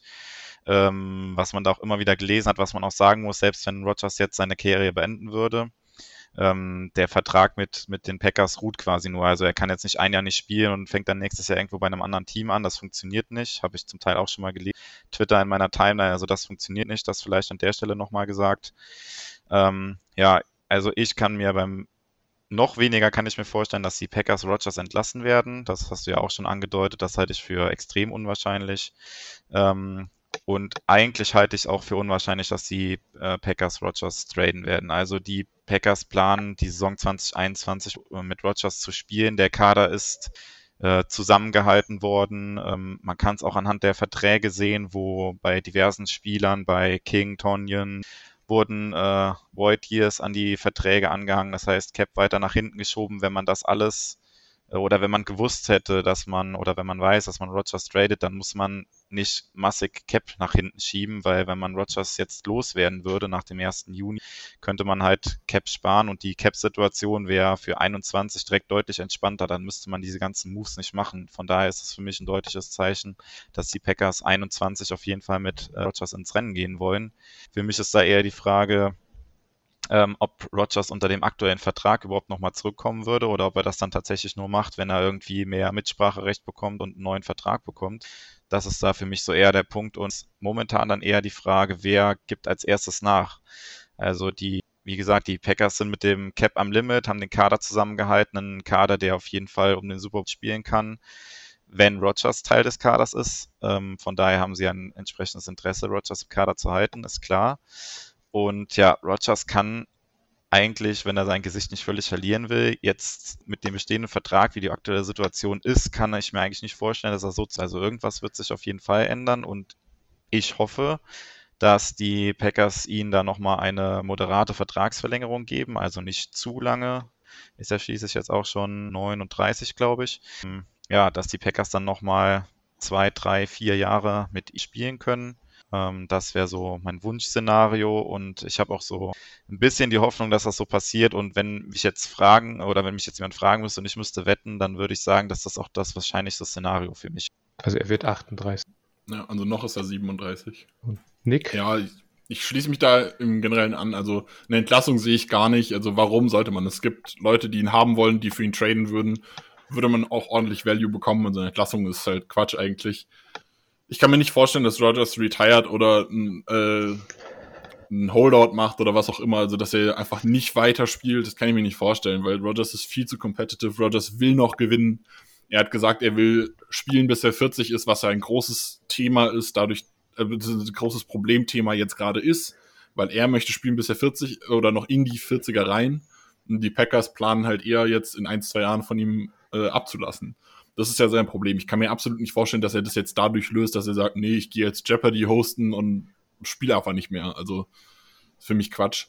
S4: Ähm, was man da auch immer wieder gelesen hat, was man auch sagen muss, selbst wenn Rodgers jetzt seine Karriere beenden würde, Ähm, der Vertrag mit, mit den Packers ruht quasi nur. Also er kann jetzt nicht ein Jahr nicht spielen und fängt dann nächstes Jahr irgendwo bei einem anderen Team an. Das funktioniert nicht. Habe ich zum Teil auch schon mal gelesen. Twitter in meiner Timeline, also das funktioniert nicht. Das vielleicht an der Stelle nochmal gesagt. Ähm, ja, also ich kann mir beim noch weniger kann ich mir vorstellen, dass die Packers Rodgers entlassen werden. Das hast du ja auch schon angedeutet. Das halte ich für extrem unwahrscheinlich. Ähm, Und eigentlich halte ich es auch für unwahrscheinlich, dass die äh, Packers Rodgers traden werden. Also die Packers planen, die Saison zwanzig einundzwanzig mit Rodgers zu spielen. Der Kader ist äh, zusammengehalten worden. Ähm, man kann es auch anhand der Verträge sehen, wo bei diversen Spielern, bei King, Tonyan, wurden äh, Void Years an die Verträge angehangen. Das heißt, Cap weiter nach hinten geschoben, wenn man das alles oder wenn man gewusst hätte, dass man, oder wenn man weiß, dass man Rodgers tradet, dann muss man nicht massig Cap nach hinten schieben, weil wenn man Rodgers jetzt loswerden würde nach dem ersten Juni, könnte man halt Cap sparen und die Cap-Situation wäre für einundzwanzig direkt deutlich entspannter, dann müsste man diese ganzen Moves nicht machen. Von daher ist es für mich ein deutliches Zeichen, dass die Packers einundzwanzig auf jeden Fall mit äh, Rodgers ins Rennen gehen wollen. Für mich ist da eher die Frage, Ähm, ob Rodgers unter dem aktuellen Vertrag überhaupt nochmal zurückkommen würde oder ob er das dann tatsächlich nur macht, wenn er irgendwie mehr Mitspracherecht bekommt und einen neuen Vertrag bekommt. Das ist da für mich so eher der Punkt und momentan dann eher die Frage, wer gibt als erstes nach? Also die wie gesagt, die Packers sind mit dem Cap am Limit, haben den Kader zusammengehalten, einen Kader, der auf jeden Fall um den Super Bowl spielen kann, wenn Rodgers Teil des Kaders ist. Ähm, von daher haben sie ein entsprechendes Interesse, Rodgers im Kader zu halten, ist klar. Und ja, Rodgers kann eigentlich, wenn er sein Gesicht nicht völlig verlieren will, jetzt mit dem bestehenden Vertrag, wie die aktuelle Situation ist, kann ich mir eigentlich nicht vorstellen, dass er so, also irgendwas wird sich auf jeden Fall ändern und ich hoffe, dass die Packers ihnen da nochmal eine moderate Vertragsverlängerung geben, also nicht zu lange, ist er schließlich jetzt auch schon neununddreißig, glaube ich. Ja, dass die Packers dann nochmal zwei, drei, vier Jahre mit ihm spielen können. Das wäre so mein Wunschszenario und ich habe auch so ein bisschen die Hoffnung, dass das so passiert und wenn mich jetzt fragen oder wenn mich jetzt jemand fragen müsste und ich müsste wetten, dann würde ich sagen, dass das auch das wahrscheinlichste Szenario für mich ist.
S5: Also er wird achtunddreißig.
S3: Ja, also noch ist er siebenunddreißig.
S5: Und Nick?
S3: Ja, ich, ich schließe mich da im Generellen an. Also eine Entlassung sehe ich gar nicht. Also warum sollte man? Es gibt Leute, die ihn haben wollen, die für ihn traden würden. Würde man auch ordentlich Value bekommen. Also eine Entlassung ist halt Quatsch eigentlich. Ich kann mir nicht vorstellen, dass Rodgers retired oder ein, äh, ein Holdout macht oder was auch immer. Also dass er einfach nicht weiterspielt, das kann ich mir nicht vorstellen, weil Rodgers ist viel zu competitive. Rodgers will noch gewinnen. Er hat gesagt, er will spielen, bis er vierzig ist, was ja ein großes Thema ist, dadurch äh, ein großes Problemthema jetzt gerade ist, weil er möchte spielen, bis er vierzig oder noch in die vierziger rein. Und die Packers planen halt eher jetzt in ein, zwei Jahren von ihm äh, abzulassen. Das ist ja sein Problem. Ich kann mir absolut nicht vorstellen, dass er das jetzt dadurch löst, dass er sagt, nee, ich gehe jetzt Jeopardy hosten und spiele einfach nicht mehr. Also ist für mich Quatsch.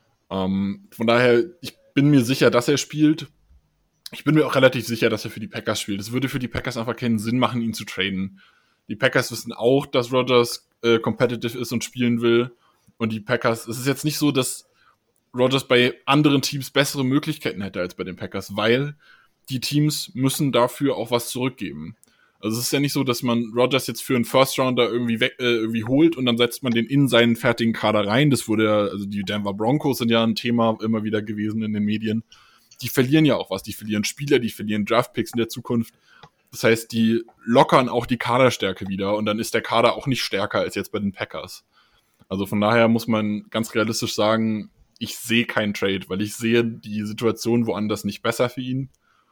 S3: Ähm, von daher, ich bin mir sicher, dass er spielt. Ich bin mir auch relativ sicher, dass er für die Packers spielt. Es würde für die Packers einfach keinen Sinn machen, ihn zu traden. Die Packers wissen auch, dass Rodgers äh, competitive ist und spielen will. Und die Packers, es ist jetzt nicht so, dass Rodgers bei anderen Teams bessere Möglichkeiten hätte als bei den Packers, weil die Teams müssen dafür auch was zurückgeben. Also es ist ja nicht so, dass man Rodgers jetzt für einen First Rounder irgendwie weg, äh, irgendwie holt und dann setzt man den in seinen fertigen Kader rein. Das wurde ja, also die Denver Broncos sind ja ein Thema immer wieder gewesen in den Medien. Die verlieren ja auch was. Die verlieren Spieler, die verlieren Draftpicks in der Zukunft. Das heißt, die lockern auch die Kaderstärke wieder und dann ist der Kader auch nicht stärker als jetzt bei den Packers. Also von daher muss man ganz realistisch sagen, ich sehe keinen Trade, weil ich sehe die Situation woanders nicht besser für ihn.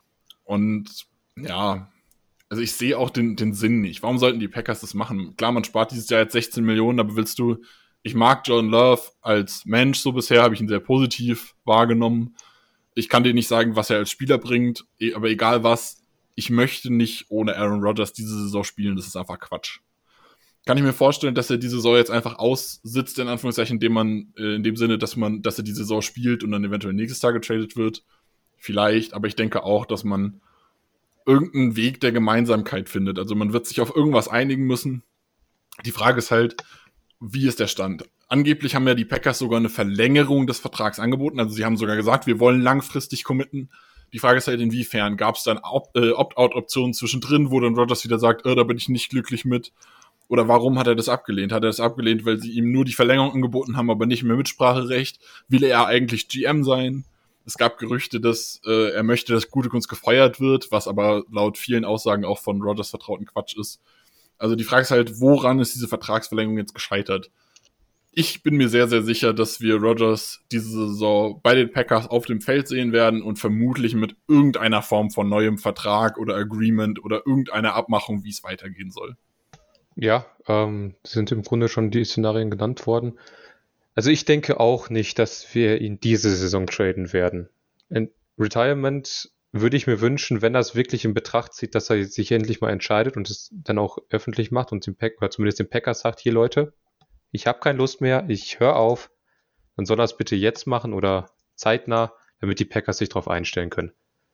S3: Und ja, also ich sehe auch den, den Sinn nicht. Warum sollten die Packers das machen? Klar, man spart dieses Jahr jetzt sechzehn Millionen, aber willst du, ich mag Jordan Love als Mensch so bisher, habe ich ihn sehr positiv wahrgenommen. Ich kann dir nicht sagen, was er als Spieler bringt, aber egal was, ich möchte nicht ohne Aaron Rodgers diese Saison spielen, das ist einfach Quatsch. Kann ich mir vorstellen, dass er die Saison jetzt einfach aussitzt, in Anführungszeichen, indem man, äh, in dem Sinne, dass man, dass er die Saison spielt und dann eventuell nächstes Jahr getradet wird. Vielleicht, aber ich denke auch, dass man irgendeinen Weg der Gemeinsamkeit findet. Also man wird sich auf irgendwas einigen müssen. Die Frage ist halt, wie ist der Stand? Angeblich haben ja die Packers sogar eine Verlängerung des Vertrags angeboten. Also sie haben sogar gesagt, wir wollen langfristig committen. Die Frage ist halt, inwiefern gab es dann Opt- äh, Opt-out-Optionen zwischendrin, wo dann Rodgers wieder sagt, äh, da bin ich nicht glücklich mit. Oder warum hat er das abgelehnt? Hat er das abgelehnt, weil sie ihm nur die Verlängerung angeboten haben, aber nicht mehr Mitspracherecht? Will er eigentlich G M sein? Es gab Gerüchte, dass äh, er möchte, dass Gutekunst gefeuert wird, was aber laut vielen Aussagen auch von Rodgers vertrauten Quatsch ist. Also die Frage ist halt, woran ist diese Vertragsverlängerung jetzt gescheitert? Ich bin mir sehr, sehr sicher, dass wir Rodgers diese Saison bei den Packers auf dem Feld sehen werden und vermutlich mit irgendeiner Form von neuem Vertrag oder Agreement oder irgendeiner Abmachung, wie es weitergehen soll.
S5: Ja, ähm, sind im Grunde schon die Szenarien genannt worden. Also ich denke auch nicht, dass wir ihn diese Saison traden werden. In Retirement würde ich mir wünschen, wenn er es wirklich in Betracht zieht, dass er sich endlich mal entscheidet und es dann auch öffentlich macht und dem Pack, oder zumindest dem Packers sagt, hier Leute, ich habe keine Lust mehr, ich höre auf, dann soll er es bitte jetzt machen oder zeitnah, damit die Packers sich darauf einstellen können.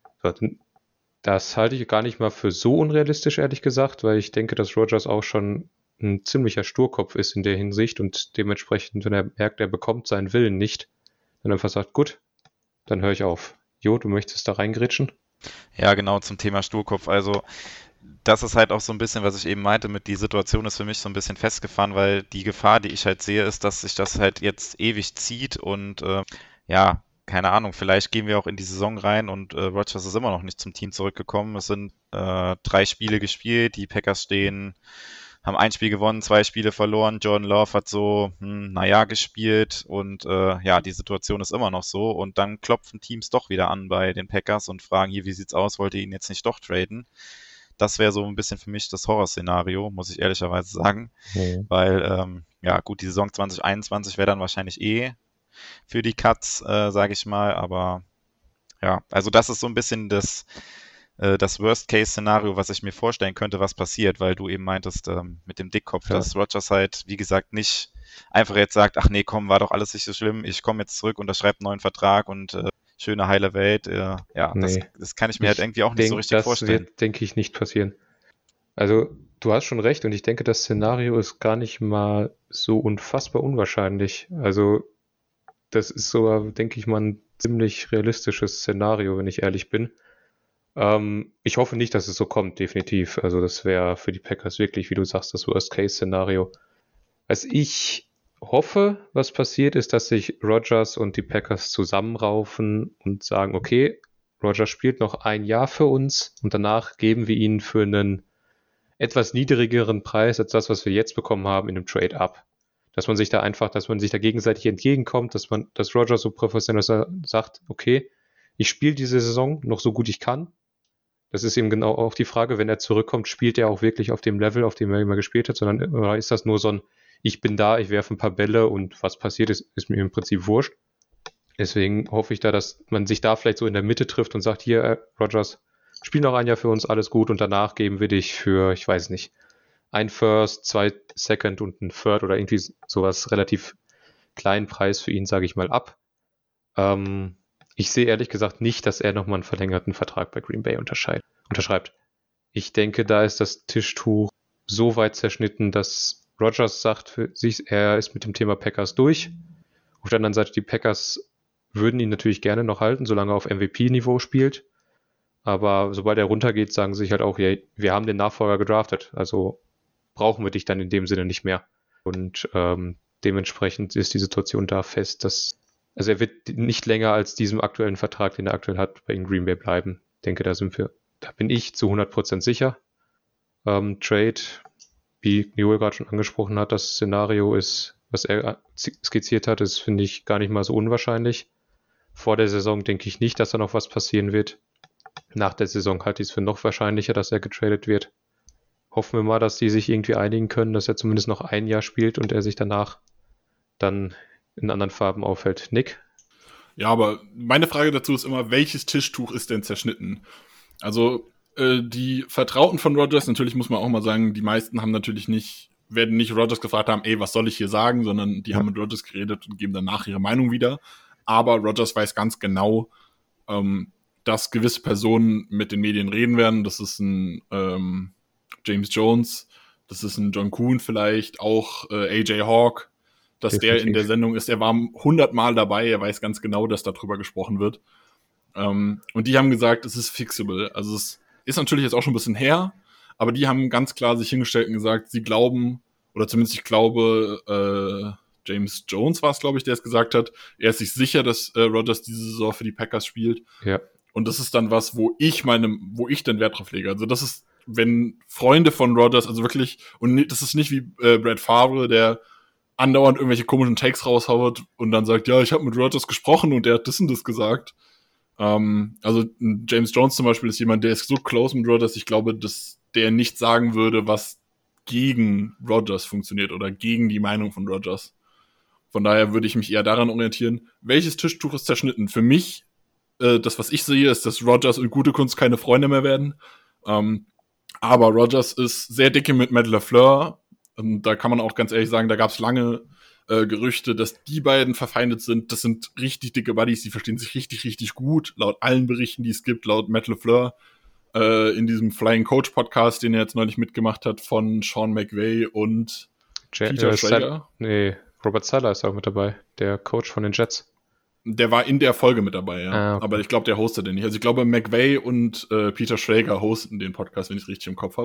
S5: Das halte ich gar nicht mal für so unrealistisch, ehrlich gesagt, weil ich denke, dass Rodgers auch schon ein ziemlicher Sturkopf ist in der Hinsicht und dementsprechend, wenn er merkt, er bekommt seinen Willen nicht, dann einfach sagt, gut, dann höre ich auf. Jo, du möchtest da reingritschen?
S4: Ja, genau, zum Thema Sturkopf. Also das ist halt auch so ein bisschen, was ich eben meinte, mit die Situation ist für mich so ein bisschen festgefahren, weil die Gefahr, die ich halt sehe, ist, dass sich das halt jetzt ewig zieht und äh, ja, keine Ahnung, vielleicht gehen wir auch in die Saison rein und äh, Rodgers ist immer noch nicht zum Team zurückgekommen. Es sind äh, drei Spiele gespielt, die Packers stehen haben ein Spiel gewonnen, zwei Spiele verloren. Jordan Love hat so, hm, naja, gespielt und äh, ja, die Situation ist immer noch so. Und dann klopfen Teams doch wieder an bei den Packers und fragen, hier, wie sieht's aus, wollt ihr ihn jetzt nicht doch traden? Das wäre so ein bisschen für mich das Horrorszenario, muss ich ehrlicherweise sagen. Mhm. Weil, ähm, ja gut, die Saison zwanzig einundzwanzig wäre dann wahrscheinlich eh für die Cuts, äh, sage ich mal. Aber ja, also das ist so ein bisschen das, äh, das Worst-Case-Szenario, was ich mir vorstellen könnte, was passiert, weil du eben meintest ähm, mit dem Dickkopf, ja. dass Rodgers halt, wie gesagt, nicht einfach jetzt sagt, ach nee, komm, war doch alles nicht so schlimm, ich komme jetzt zurück, unterschreibe einen neuen Vertrag und äh, schöne heile Welt. Äh, ja, nee. das, das kann ich mir ich halt irgendwie auch nicht denk, so richtig
S5: das
S4: vorstellen.
S5: Das wird, denke ich, nicht passieren. Also, du hast schon recht und ich denke, das Szenario ist gar nicht mal so unfassbar unwahrscheinlich. Also, das ist so, denke ich mal, ein ziemlich realistisches Szenario, wenn ich ehrlich bin. Ähm, ich hoffe nicht, dass es so kommt, definitiv. Also, das wäre für die Packers wirklich, wie du sagst, das Worst-Case-Szenario. Was ich hoffe, was passiert, ist, dass sich Rodgers und die Packers zusammenraufen und sagen, okay, Rodgers spielt noch ein Jahr für uns und danach geben wir ihn für einen etwas niedrigeren Preis als das, was wir jetzt bekommen haben, in einem Trade ab. Dass man sich da einfach, dass man sich da gegenseitig entgegenkommt, dass man, dass Rodgers so professionell sagt, okay, ich spiele diese Saison noch so gut ich kann. Das ist eben genau auch die Frage, wenn er zurückkommt, spielt er auch wirklich auf dem Level, auf dem er immer gespielt hat, sondern oder ist das nur so ein ich bin da, ich werfe ein paar Bälle und was passiert ist, ist mir im Prinzip wurscht. Deswegen hoffe ich da, dass man sich da vielleicht so in der Mitte trifft und sagt, hier, äh, Rodgers, spiel noch ein Jahr für uns, alles gut und danach geben wir dich für, ich weiß nicht, ein First, zwei Second und ein Third oder irgendwie sowas relativ kleinen Preis für ihn, sage ich mal, ab. Ähm, ich sehe ehrlich gesagt nicht, dass er nochmal einen verlängerten Vertrag bei Green Bay unterschreibt. Ich denke, da ist das Tischtuch so weit zerschnitten, dass Rodgers sagt für sich, er ist mit dem Thema Packers durch. Auf der anderen Seite, die Packers würden ihn natürlich gerne noch halten, solange er auf M V P-Niveau spielt. Aber sobald er runtergeht, sagen sie sich halt auch, ja, wir haben den Nachfolger gedraftet, also brauchen wir dich dann in dem Sinne nicht mehr. Und ähm, dementsprechend ist die Situation da fest, dass, also er wird nicht länger als diesem aktuellen Vertrag, den er aktuell hat, bei Green Bay bleiben. Ich denke, da sind wir, da bin ich zu hundert Prozent sicher. Ähm, Trade, wie Joel gerade schon angesprochen hat, das Szenario ist, was er skizziert hat, ist, finde ich, gar nicht mal so unwahrscheinlich. Vor der Saison denke ich nicht, dass da noch was passieren wird. Nach der Saison halte ich es für noch wahrscheinlicher, dass er getradet wird. Hoffen wir mal, dass die sich irgendwie einigen können, dass er zumindest noch ein Jahr spielt und er sich danach dann in anderen Farben auffällt. Nick?
S3: Ja, aber meine Frage dazu ist immer, welches Tischtuch ist denn zerschnitten? Also die Vertrauten von Rodgers, natürlich muss man auch mal sagen, die meisten haben natürlich nicht, werden nicht Rodgers gefragt haben, ey, was soll ich hier sagen, sondern die ja. haben mit Rodgers geredet und geben danach ihre Meinung wieder. Aber Rodgers weiß ganz genau, ähm, dass gewisse Personen mit den Medien reden werden. Das ist ein ähm, James Jones, das ist ein John Kuhn vielleicht, auch äh, A J Hawk, dass Definitiv. Der in der Sendung ist. Er war hundertmal dabei, er weiß ganz genau, dass darüber gesprochen wird. Ähm, und die haben gesagt, es ist fixable. Also es ist natürlich jetzt auch schon ein bisschen her, aber die haben ganz klar sich hingestellt und gesagt, sie glauben, oder zumindest ich glaube, äh, James Jones war es, glaube ich, der es gesagt hat, er ist sich sicher, dass äh, Rodgers diese Saison für die Packers spielt.
S5: Ja.
S3: Und das ist dann was, wo ich meine, wo ich den Wert drauf lege. Also das ist, wenn Freunde von Rodgers, also wirklich, und das ist nicht wie äh, Brett Favre, der andauernd irgendwelche komischen Takes raushaut und dann sagt, ja, ich habe mit Rodgers gesprochen und der hat das und das gesagt. Um, also James Jones zum Beispiel ist jemand, der ist so close mit Rodgers, ich glaube, dass der nicht sagen würde, was gegen Rodgers funktioniert oder gegen die Meinung von Rodgers. Von daher würde ich mich eher daran orientieren, welches Tischtuch ist zerschnitten? Für mich, äh, das, was ich sehe, ist, dass Rodgers und gute Kunst keine Freunde mehr werden. Um, aber Rodgers ist sehr dicke mit Matt LaFleur. Und da kann man auch ganz ehrlich sagen, da gab es lange Äh, Gerüchte, dass die beiden verfeindet sind. Das sind richtig dicke Buddies, die verstehen sich richtig, richtig gut. Laut allen Berichten, die es gibt, laut Matt LaFleur, äh, in diesem Flying Coach Podcast, den er jetzt neulich mitgemacht hat, von Sean McVay und
S5: Je-
S3: Peter
S5: äh,
S3: Schrager.
S5: Sal- nee, Robert Saleh ist auch mit dabei, der Coach von den Jets.
S3: Der war in der Folge mit dabei, ja.
S5: Ah, okay.
S3: Aber ich glaube, der hostet den nicht. Also ich glaube, McVay und äh, Peter Schrager hosten den Podcast, wenn ich es richtig im Kopf habe.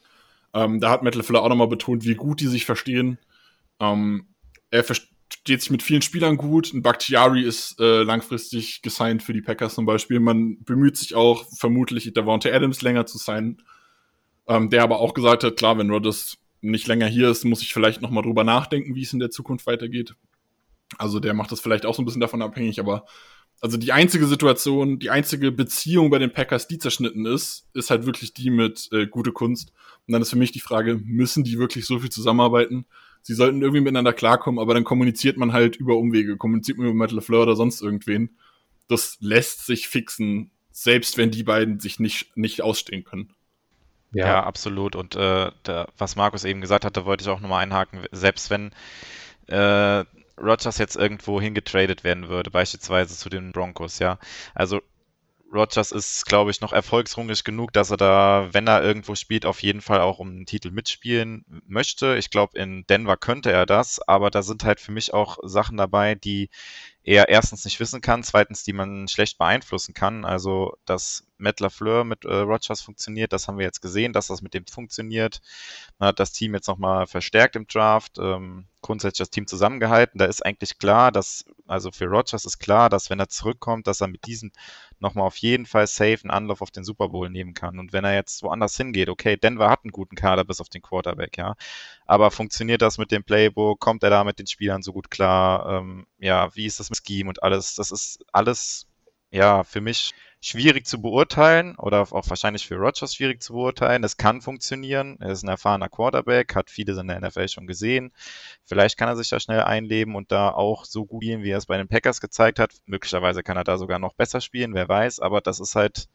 S3: Ähm, da hat Matt LaFleur auch nochmal betont, wie gut die sich verstehen. Ähm, Er versteht sich mit vielen Spielern gut. Ein Bakhtiari ist äh, langfristig gesigned für die Packers zum Beispiel. Man bemüht sich auch, vermutlich Davante Adams länger zu signen. Ähm, der aber auch gesagt hat, klar, wenn Rodgers nicht länger hier ist, muss ich vielleicht nochmal drüber nachdenken, wie es in der Zukunft weitergeht. Also der macht das vielleicht auch so ein bisschen davon abhängig, aber also die einzige Situation, die einzige Beziehung bei den Packers, die zerschnitten ist, ist halt wirklich die mit äh, Gutekunst. Und dann ist für mich die Frage, müssen die wirklich so viel zusammenarbeiten? Sie sollten irgendwie miteinander klarkommen, aber dann kommuniziert man halt über Umwege, kommuniziert man über Matt LaFleur oder sonst irgendwen. Das lässt sich fixen, selbst wenn die beiden sich nicht, nicht ausstehen können.
S4: Ja, ja absolut. Und äh, da, was Markus eben gesagt hat, da wollte ich auch nochmal einhaken. Selbst wenn äh, Rodgers jetzt irgendwo hingetradet werden würde, beispielsweise zu den Broncos, ja. Also Rodgers ist, glaube ich, noch erfolgshungrig genug, dass er da, wenn er irgendwo spielt, auf jeden Fall auch um den Titel mitspielen möchte. Ich glaube, in Denver könnte er das, aber da sind halt für mich auch Sachen dabei, die er erstens nicht wissen kann, zweitens, die man schlecht beeinflussen kann. Also, dass Matt LaFleur mit äh, Rodgers funktioniert, das haben wir jetzt gesehen, dass das mit dem funktioniert. Man hat das Team jetzt nochmal verstärkt im Draft, ähm, grundsätzlich das Team zusammengehalten. Da ist eigentlich klar, dass, also für Rodgers ist klar, dass wenn er zurückkommt, dass er mit diesem nochmal auf jeden Fall safe einen Anlauf auf den Super Bowl nehmen kann. Und wenn er jetzt woanders hingeht, okay, Denver hat einen guten Kader bis auf den Quarterback, ja. Aber funktioniert das mit dem Playbook? Kommt er da mit den Spielern so gut klar? Ähm, ja, wie ist das mit Scheme und alles? Das ist alles, ja, für mich schwierig zu beurteilen oder auch wahrscheinlich für Rodgers schwierig zu beurteilen. Es kann funktionieren. Er ist ein erfahrener Quarterback, hat vieles in der N F L schon gesehen. Vielleicht kann er sich da schnell einleben und da auch so gut spielen, wie er es bei den Packers gezeigt hat. Möglicherweise kann er da sogar noch besser spielen, wer weiß. Aber das ist halt,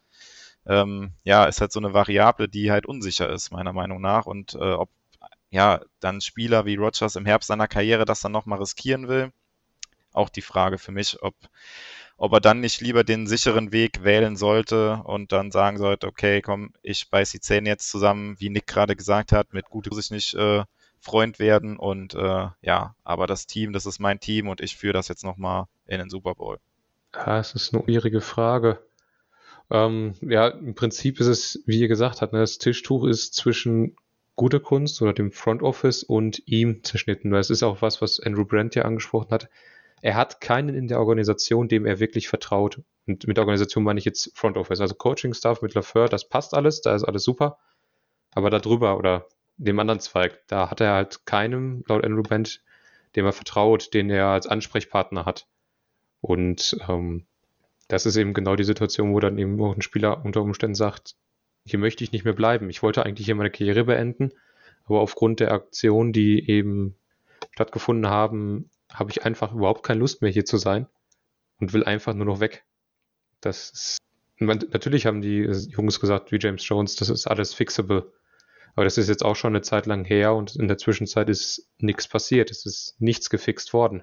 S4: ähm, ja, ist halt so eine Variable, die halt unsicher ist, meiner Meinung nach. Und äh, ob ja dann Spieler wie Rodgers im Herbst seiner Karriere das dann nochmal riskieren will, auch die Frage für mich, ob ob er dann nicht lieber den sicheren Weg wählen sollte und dann sagen sollte, okay, komm, ich beiß die Zähne jetzt zusammen, wie Nick gerade gesagt hat, mit Gute muss ich nicht äh, Freund werden und äh, ja, aber das Team, das ist mein Team und ich führe das jetzt nochmal in den Super Bowl.
S5: Ja, es ist eine schwierige Frage. Ähm, ja, im Prinzip ist es, wie ihr gesagt habt, ne, das Tischtuch ist zwischen Gutekunst oder dem Front Office und ihm zerschnitten. Es ist auch was, was Andrew Brandt ja angesprochen hat. Er hat keinen in der Organisation, dem er wirklich vertraut. Und mit der Organisation meine ich jetzt Front Office, also Coaching-Staff mit LaFleur, das passt alles, da ist alles super. Aber da drüber oder dem anderen Zweig, da hat er halt keinem, laut Andrew Brandt, dem er vertraut, den er als Ansprechpartner hat. Und ähm, das ist eben genau die Situation, wo dann eben auch ein Spieler unter Umständen sagt, hier möchte ich nicht mehr bleiben. Ich wollte eigentlich hier meine Karriere beenden, aber aufgrund der Aktionen, die eben stattgefunden haben, habe ich einfach überhaupt keine Lust mehr hier zu sein und will einfach nur noch weg. Das ist, man, natürlich haben die Jungs gesagt, wie James Jones, das ist alles fixable. Aber das ist jetzt auch schon eine Zeit lang her und in der Zwischenzeit ist nichts passiert. Es ist nichts gefixt worden.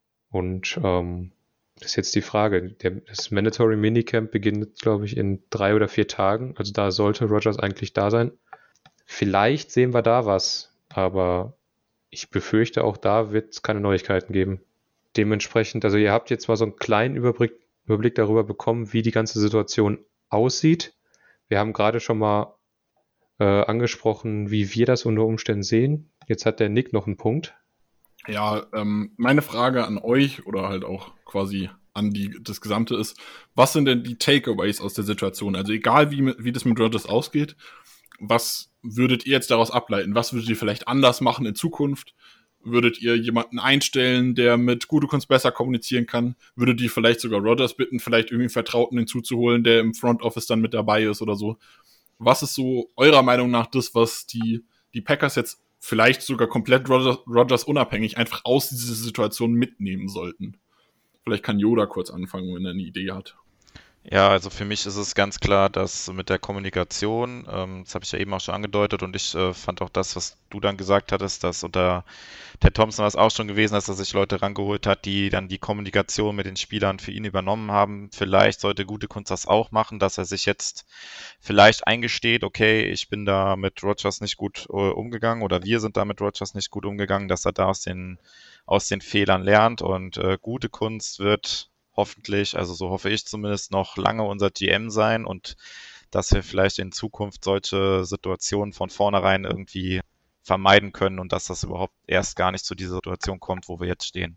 S5: Und ähm, das ist jetzt die Frage. Der, das Mandatory Minicamp beginnt, glaube ich, in drei oder vier Tagen. Also da sollte Rodgers eigentlich da sein. Vielleicht sehen wir da was, aber ich befürchte, auch da wird es keine Neuigkeiten geben. Dementsprechend, also ihr habt jetzt mal so einen kleinen Überblick, Überblick darüber bekommen, wie die ganze Situation aussieht. Wir haben gerade schon mal äh, angesprochen, wie wir das unter Umständen sehen. Jetzt hat der Nick noch einen Punkt.
S3: Ja, ähm, meine Frage an euch oder halt auch quasi an die das Gesamte ist, was sind denn die Takeaways aus der Situation? Also egal, wie, wie das mit Rodgers ausgeht, was würdet ihr jetzt daraus ableiten? Was würdet ihr vielleicht anders machen in Zukunft? Würdet ihr jemanden einstellen, der mit Gutekunst besser kommunizieren kann? Würdet ihr vielleicht sogar Rodgers bitten, vielleicht irgendwie einen Vertrauten hinzuzuholen, der im Front Office dann mit dabei ist oder so? Was ist so eurer Meinung nach das, was die, die Packers jetzt vielleicht sogar komplett Rodgers, Rodgers unabhängig einfach aus dieser Situation mitnehmen sollten? Vielleicht kann Yoda kurz anfangen, wenn er eine Idee hat.
S4: Ja, also für mich ist es ganz klar, dass mit der Kommunikation, ähm, das habe ich ja eben auch schon angedeutet und ich äh, fand auch das, was du dann gesagt hattest, dass unter Ted Thompson war es auch schon gewesen, dass er sich Leute rangeholt hat, die dann die Kommunikation mit den Spielern für ihn übernommen haben. Vielleicht sollte Gutekunst das auch machen, dass er sich jetzt vielleicht eingesteht, okay, ich bin da mit Rodgers nicht gut äh, umgegangen oder wir sind da mit Rodgers nicht gut umgegangen, dass er da aus den, aus den Fehlern lernt und äh, Gutekunst wird hoffentlich, also so hoffe ich zumindest, noch lange unser G M sein und dass wir vielleicht in Zukunft solche Situationen von vornherein irgendwie vermeiden können und dass das überhaupt erst gar nicht zu dieser Situation kommt, wo wir jetzt stehen.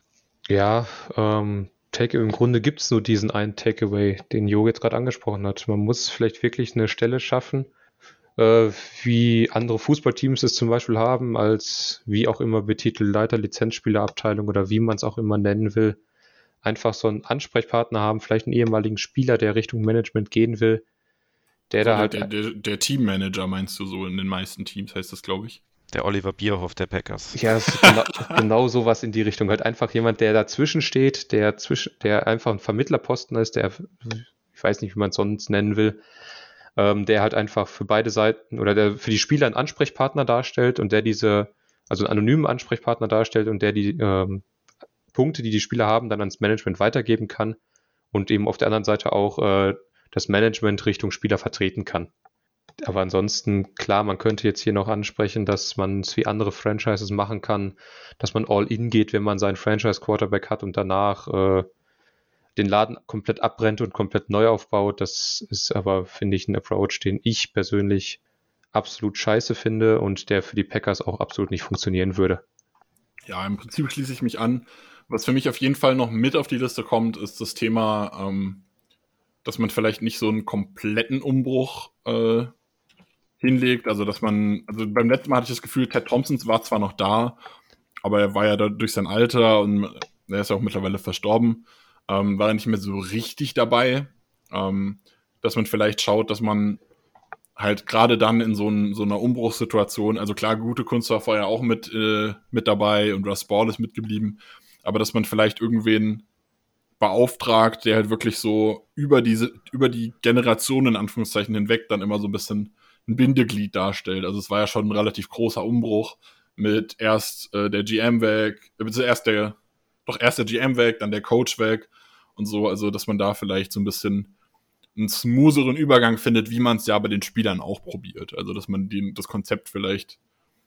S5: Ja, ähm, Take, im Grunde gibt es nur diesen einen Takeaway, den Jo jetzt gerade angesprochen hat. Man muss vielleicht wirklich eine Stelle schaffen, äh, wie andere Fußballteams es zum Beispiel haben, als wie auch immer betitelt Leiter Lizenzspielerabteilung oder wie man es auch immer nennen will, einfach so einen Ansprechpartner haben, vielleicht einen ehemaligen Spieler, der Richtung Management gehen will, der
S3: so
S5: da
S3: der,
S5: halt...
S3: Der, der, der Teammanager meinst du so in den meisten Teams, heißt das, glaube ich.
S4: Der Oliver Bierhoff der Packers.
S5: Ja, es ist genau, genau sowas in die Richtung. Halt einfach jemand, der dazwischen steht, der, zwischen, der einfach ein Vermittlerposten ist, der, ich weiß nicht, wie man es sonst nennen will, ähm, der halt einfach für beide Seiten oder der für die Spieler einen Ansprechpartner darstellt und der diese, also einen anonymen Ansprechpartner darstellt und der die ähm, Punkte, die die Spieler haben, dann ans Management weitergeben kann und eben auf der anderen Seite auch äh, das Management Richtung Spieler vertreten kann. Aber ansonsten, klar, man könnte jetzt hier noch ansprechen, dass man es wie andere Franchises machen kann, dass man all in geht, wenn man seinen Franchise-Quarterback hat und danach äh, den Laden komplett abbrennt und komplett neu aufbaut. Das ist aber, finde ich, ein Approach, den ich persönlich absolut scheiße finde und der für die Packers auch absolut nicht funktionieren würde.
S3: Ja, im Prinzip schließe ich mich an. Was für mich auf jeden Fall noch mit auf die Liste kommt, ist das Thema, ähm, dass man vielleicht nicht so einen kompletten Umbruch äh, hinlegt. Also, dass man, also beim letzten Mal hatte ich das Gefühl, Ted Thompson war zwar noch da, aber er war ja da durch sein Alter und er ist ja auch mittlerweile verstorben, ähm, war er nicht mehr so richtig dabei. Ähm, dass man vielleicht schaut, dass man halt gerade dann in so, ein, so einer Umbruchssituation, also klar, gute Kunst war vorher auch mit, äh, mit dabei und Russ Ball ist mitgeblieben, aber dass man vielleicht irgendwen beauftragt, der halt wirklich so über diese, über die Generationen in Anführungszeichen hinweg dann immer so ein bisschen ein Bindeglied darstellt. Also es war ja schon ein relativ großer Umbruch mit erst äh, der G M weg, äh, erst der, doch erst der G M weg, dann der Coach weg und so, also dass man da vielleicht so ein bisschen einen smootheren Übergang findet, wie man es ja bei den Spielern auch probiert. Also dass man den, das Konzept vielleicht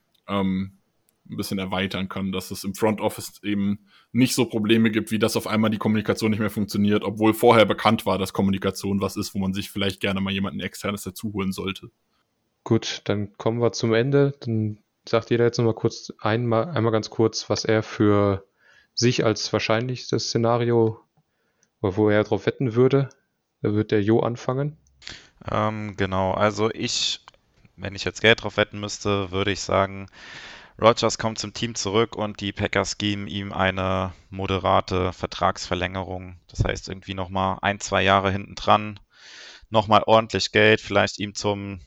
S3: ähm, ein bisschen erweitern kann, dass es im Front Office eben nicht so Probleme gibt, wie dass auf einmal die Kommunikation nicht mehr funktioniert, obwohl vorher bekannt war, dass Kommunikation was ist, wo man sich vielleicht gerne mal jemanden Externes dazu holen sollte.
S5: Gut, dann kommen wir zum Ende. Dann sagt jeder jetzt nochmal kurz, einmal, einmal ganz kurz, was er für sich als wahrscheinlichstes Szenario, wo er drauf wetten würde. Da wird der Jo anfangen.
S4: Ähm, genau, also ich, wenn ich jetzt Geld drauf wetten müsste, würde ich sagen, Rodgers kommt zum Team zurück und die Packers geben ihm eine moderate Vertragsverlängerung. Das heißt irgendwie nochmal ein, zwei Jahre hinten dran, nochmal ordentlich Geld, vielleicht ihm zum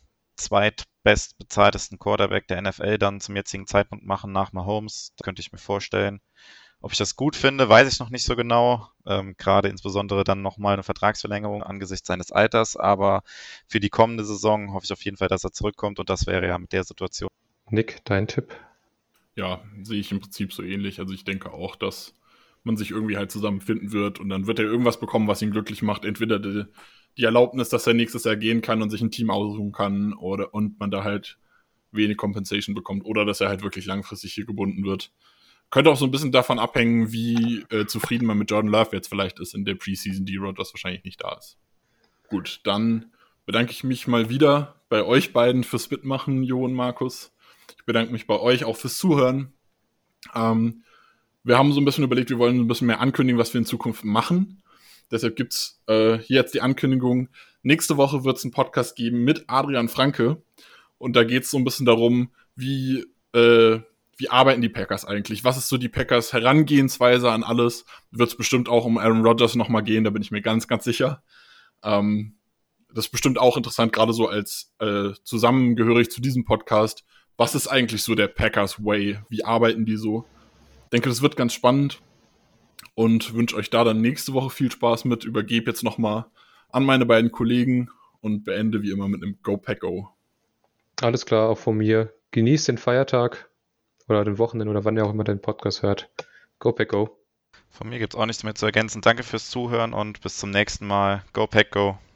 S4: zweitbestbezahltesten Quarterback der N F L dann zum jetzigen Zeitpunkt machen nach Mahomes. Das könnte ich mir vorstellen. Ob ich das gut finde, weiß ich noch nicht so genau. Ähm, gerade insbesondere dann nochmal eine Vertragsverlängerung angesichts seines Alters. Aber für die kommende Saison hoffe ich auf jeden Fall, dass er zurückkommt. Und das wäre ja mit der Situation.
S5: Nick, dein Tipp?
S3: Ja, sehe ich im Prinzip so ähnlich. Also ich denke auch, dass man sich irgendwie halt zusammenfinden wird und dann wird er irgendwas bekommen, was ihn glücklich macht. Entweder die, die Erlaubnis, dass er nächstes Jahr gehen kann und sich ein Team aussuchen kann oder und man da halt wenig Compensation bekommt oder dass er halt wirklich langfristig hier gebunden wird. Könnte auch so ein bisschen davon abhängen, wie äh, zufrieden man mit Jordan Love jetzt vielleicht ist in der Preseason, die Rodgers wahrscheinlich nicht da ist. Gut, dann bedanke ich mich mal wieder bei euch beiden fürs Mitmachen, Jo und Markus. Ich bedanke mich bei euch auch fürs Zuhören. Ähm, wir haben so ein bisschen überlegt, wir wollen ein bisschen mehr ankündigen, was wir in Zukunft machen. Deshalb gibt's äh, hier jetzt die Ankündigung. Nächste Woche wird es einen Podcast geben mit Adrian Franke. Und da geht es so ein bisschen darum, wie, äh, wie arbeiten die Packers eigentlich? Was ist so die Packers Herangehensweise an alles? Wird es bestimmt auch um Aaron Rodgers nochmal gehen, da bin ich mir ganz, ganz sicher. Ähm, das ist bestimmt auch interessant, gerade so als äh, zusammengehörig zu diesem Podcast. Was ist eigentlich so der Packers Way? Wie arbeiten die so? Ich denke, das wird ganz spannend und wünsche euch da dann nächste Woche viel Spaß mit. Übergebe jetzt nochmal an meine beiden Kollegen und beende wie immer mit einem Go Pack Go.
S5: Alles klar, auch von mir. Genießt den Feiertag oder den Wochenende oder wann ihr auch immer den Podcast hört. Go Pack Go.
S4: Von mir gibt es auch nichts mehr zu ergänzen. Danke fürs Zuhören und bis zum nächsten Mal. Go Pack Go.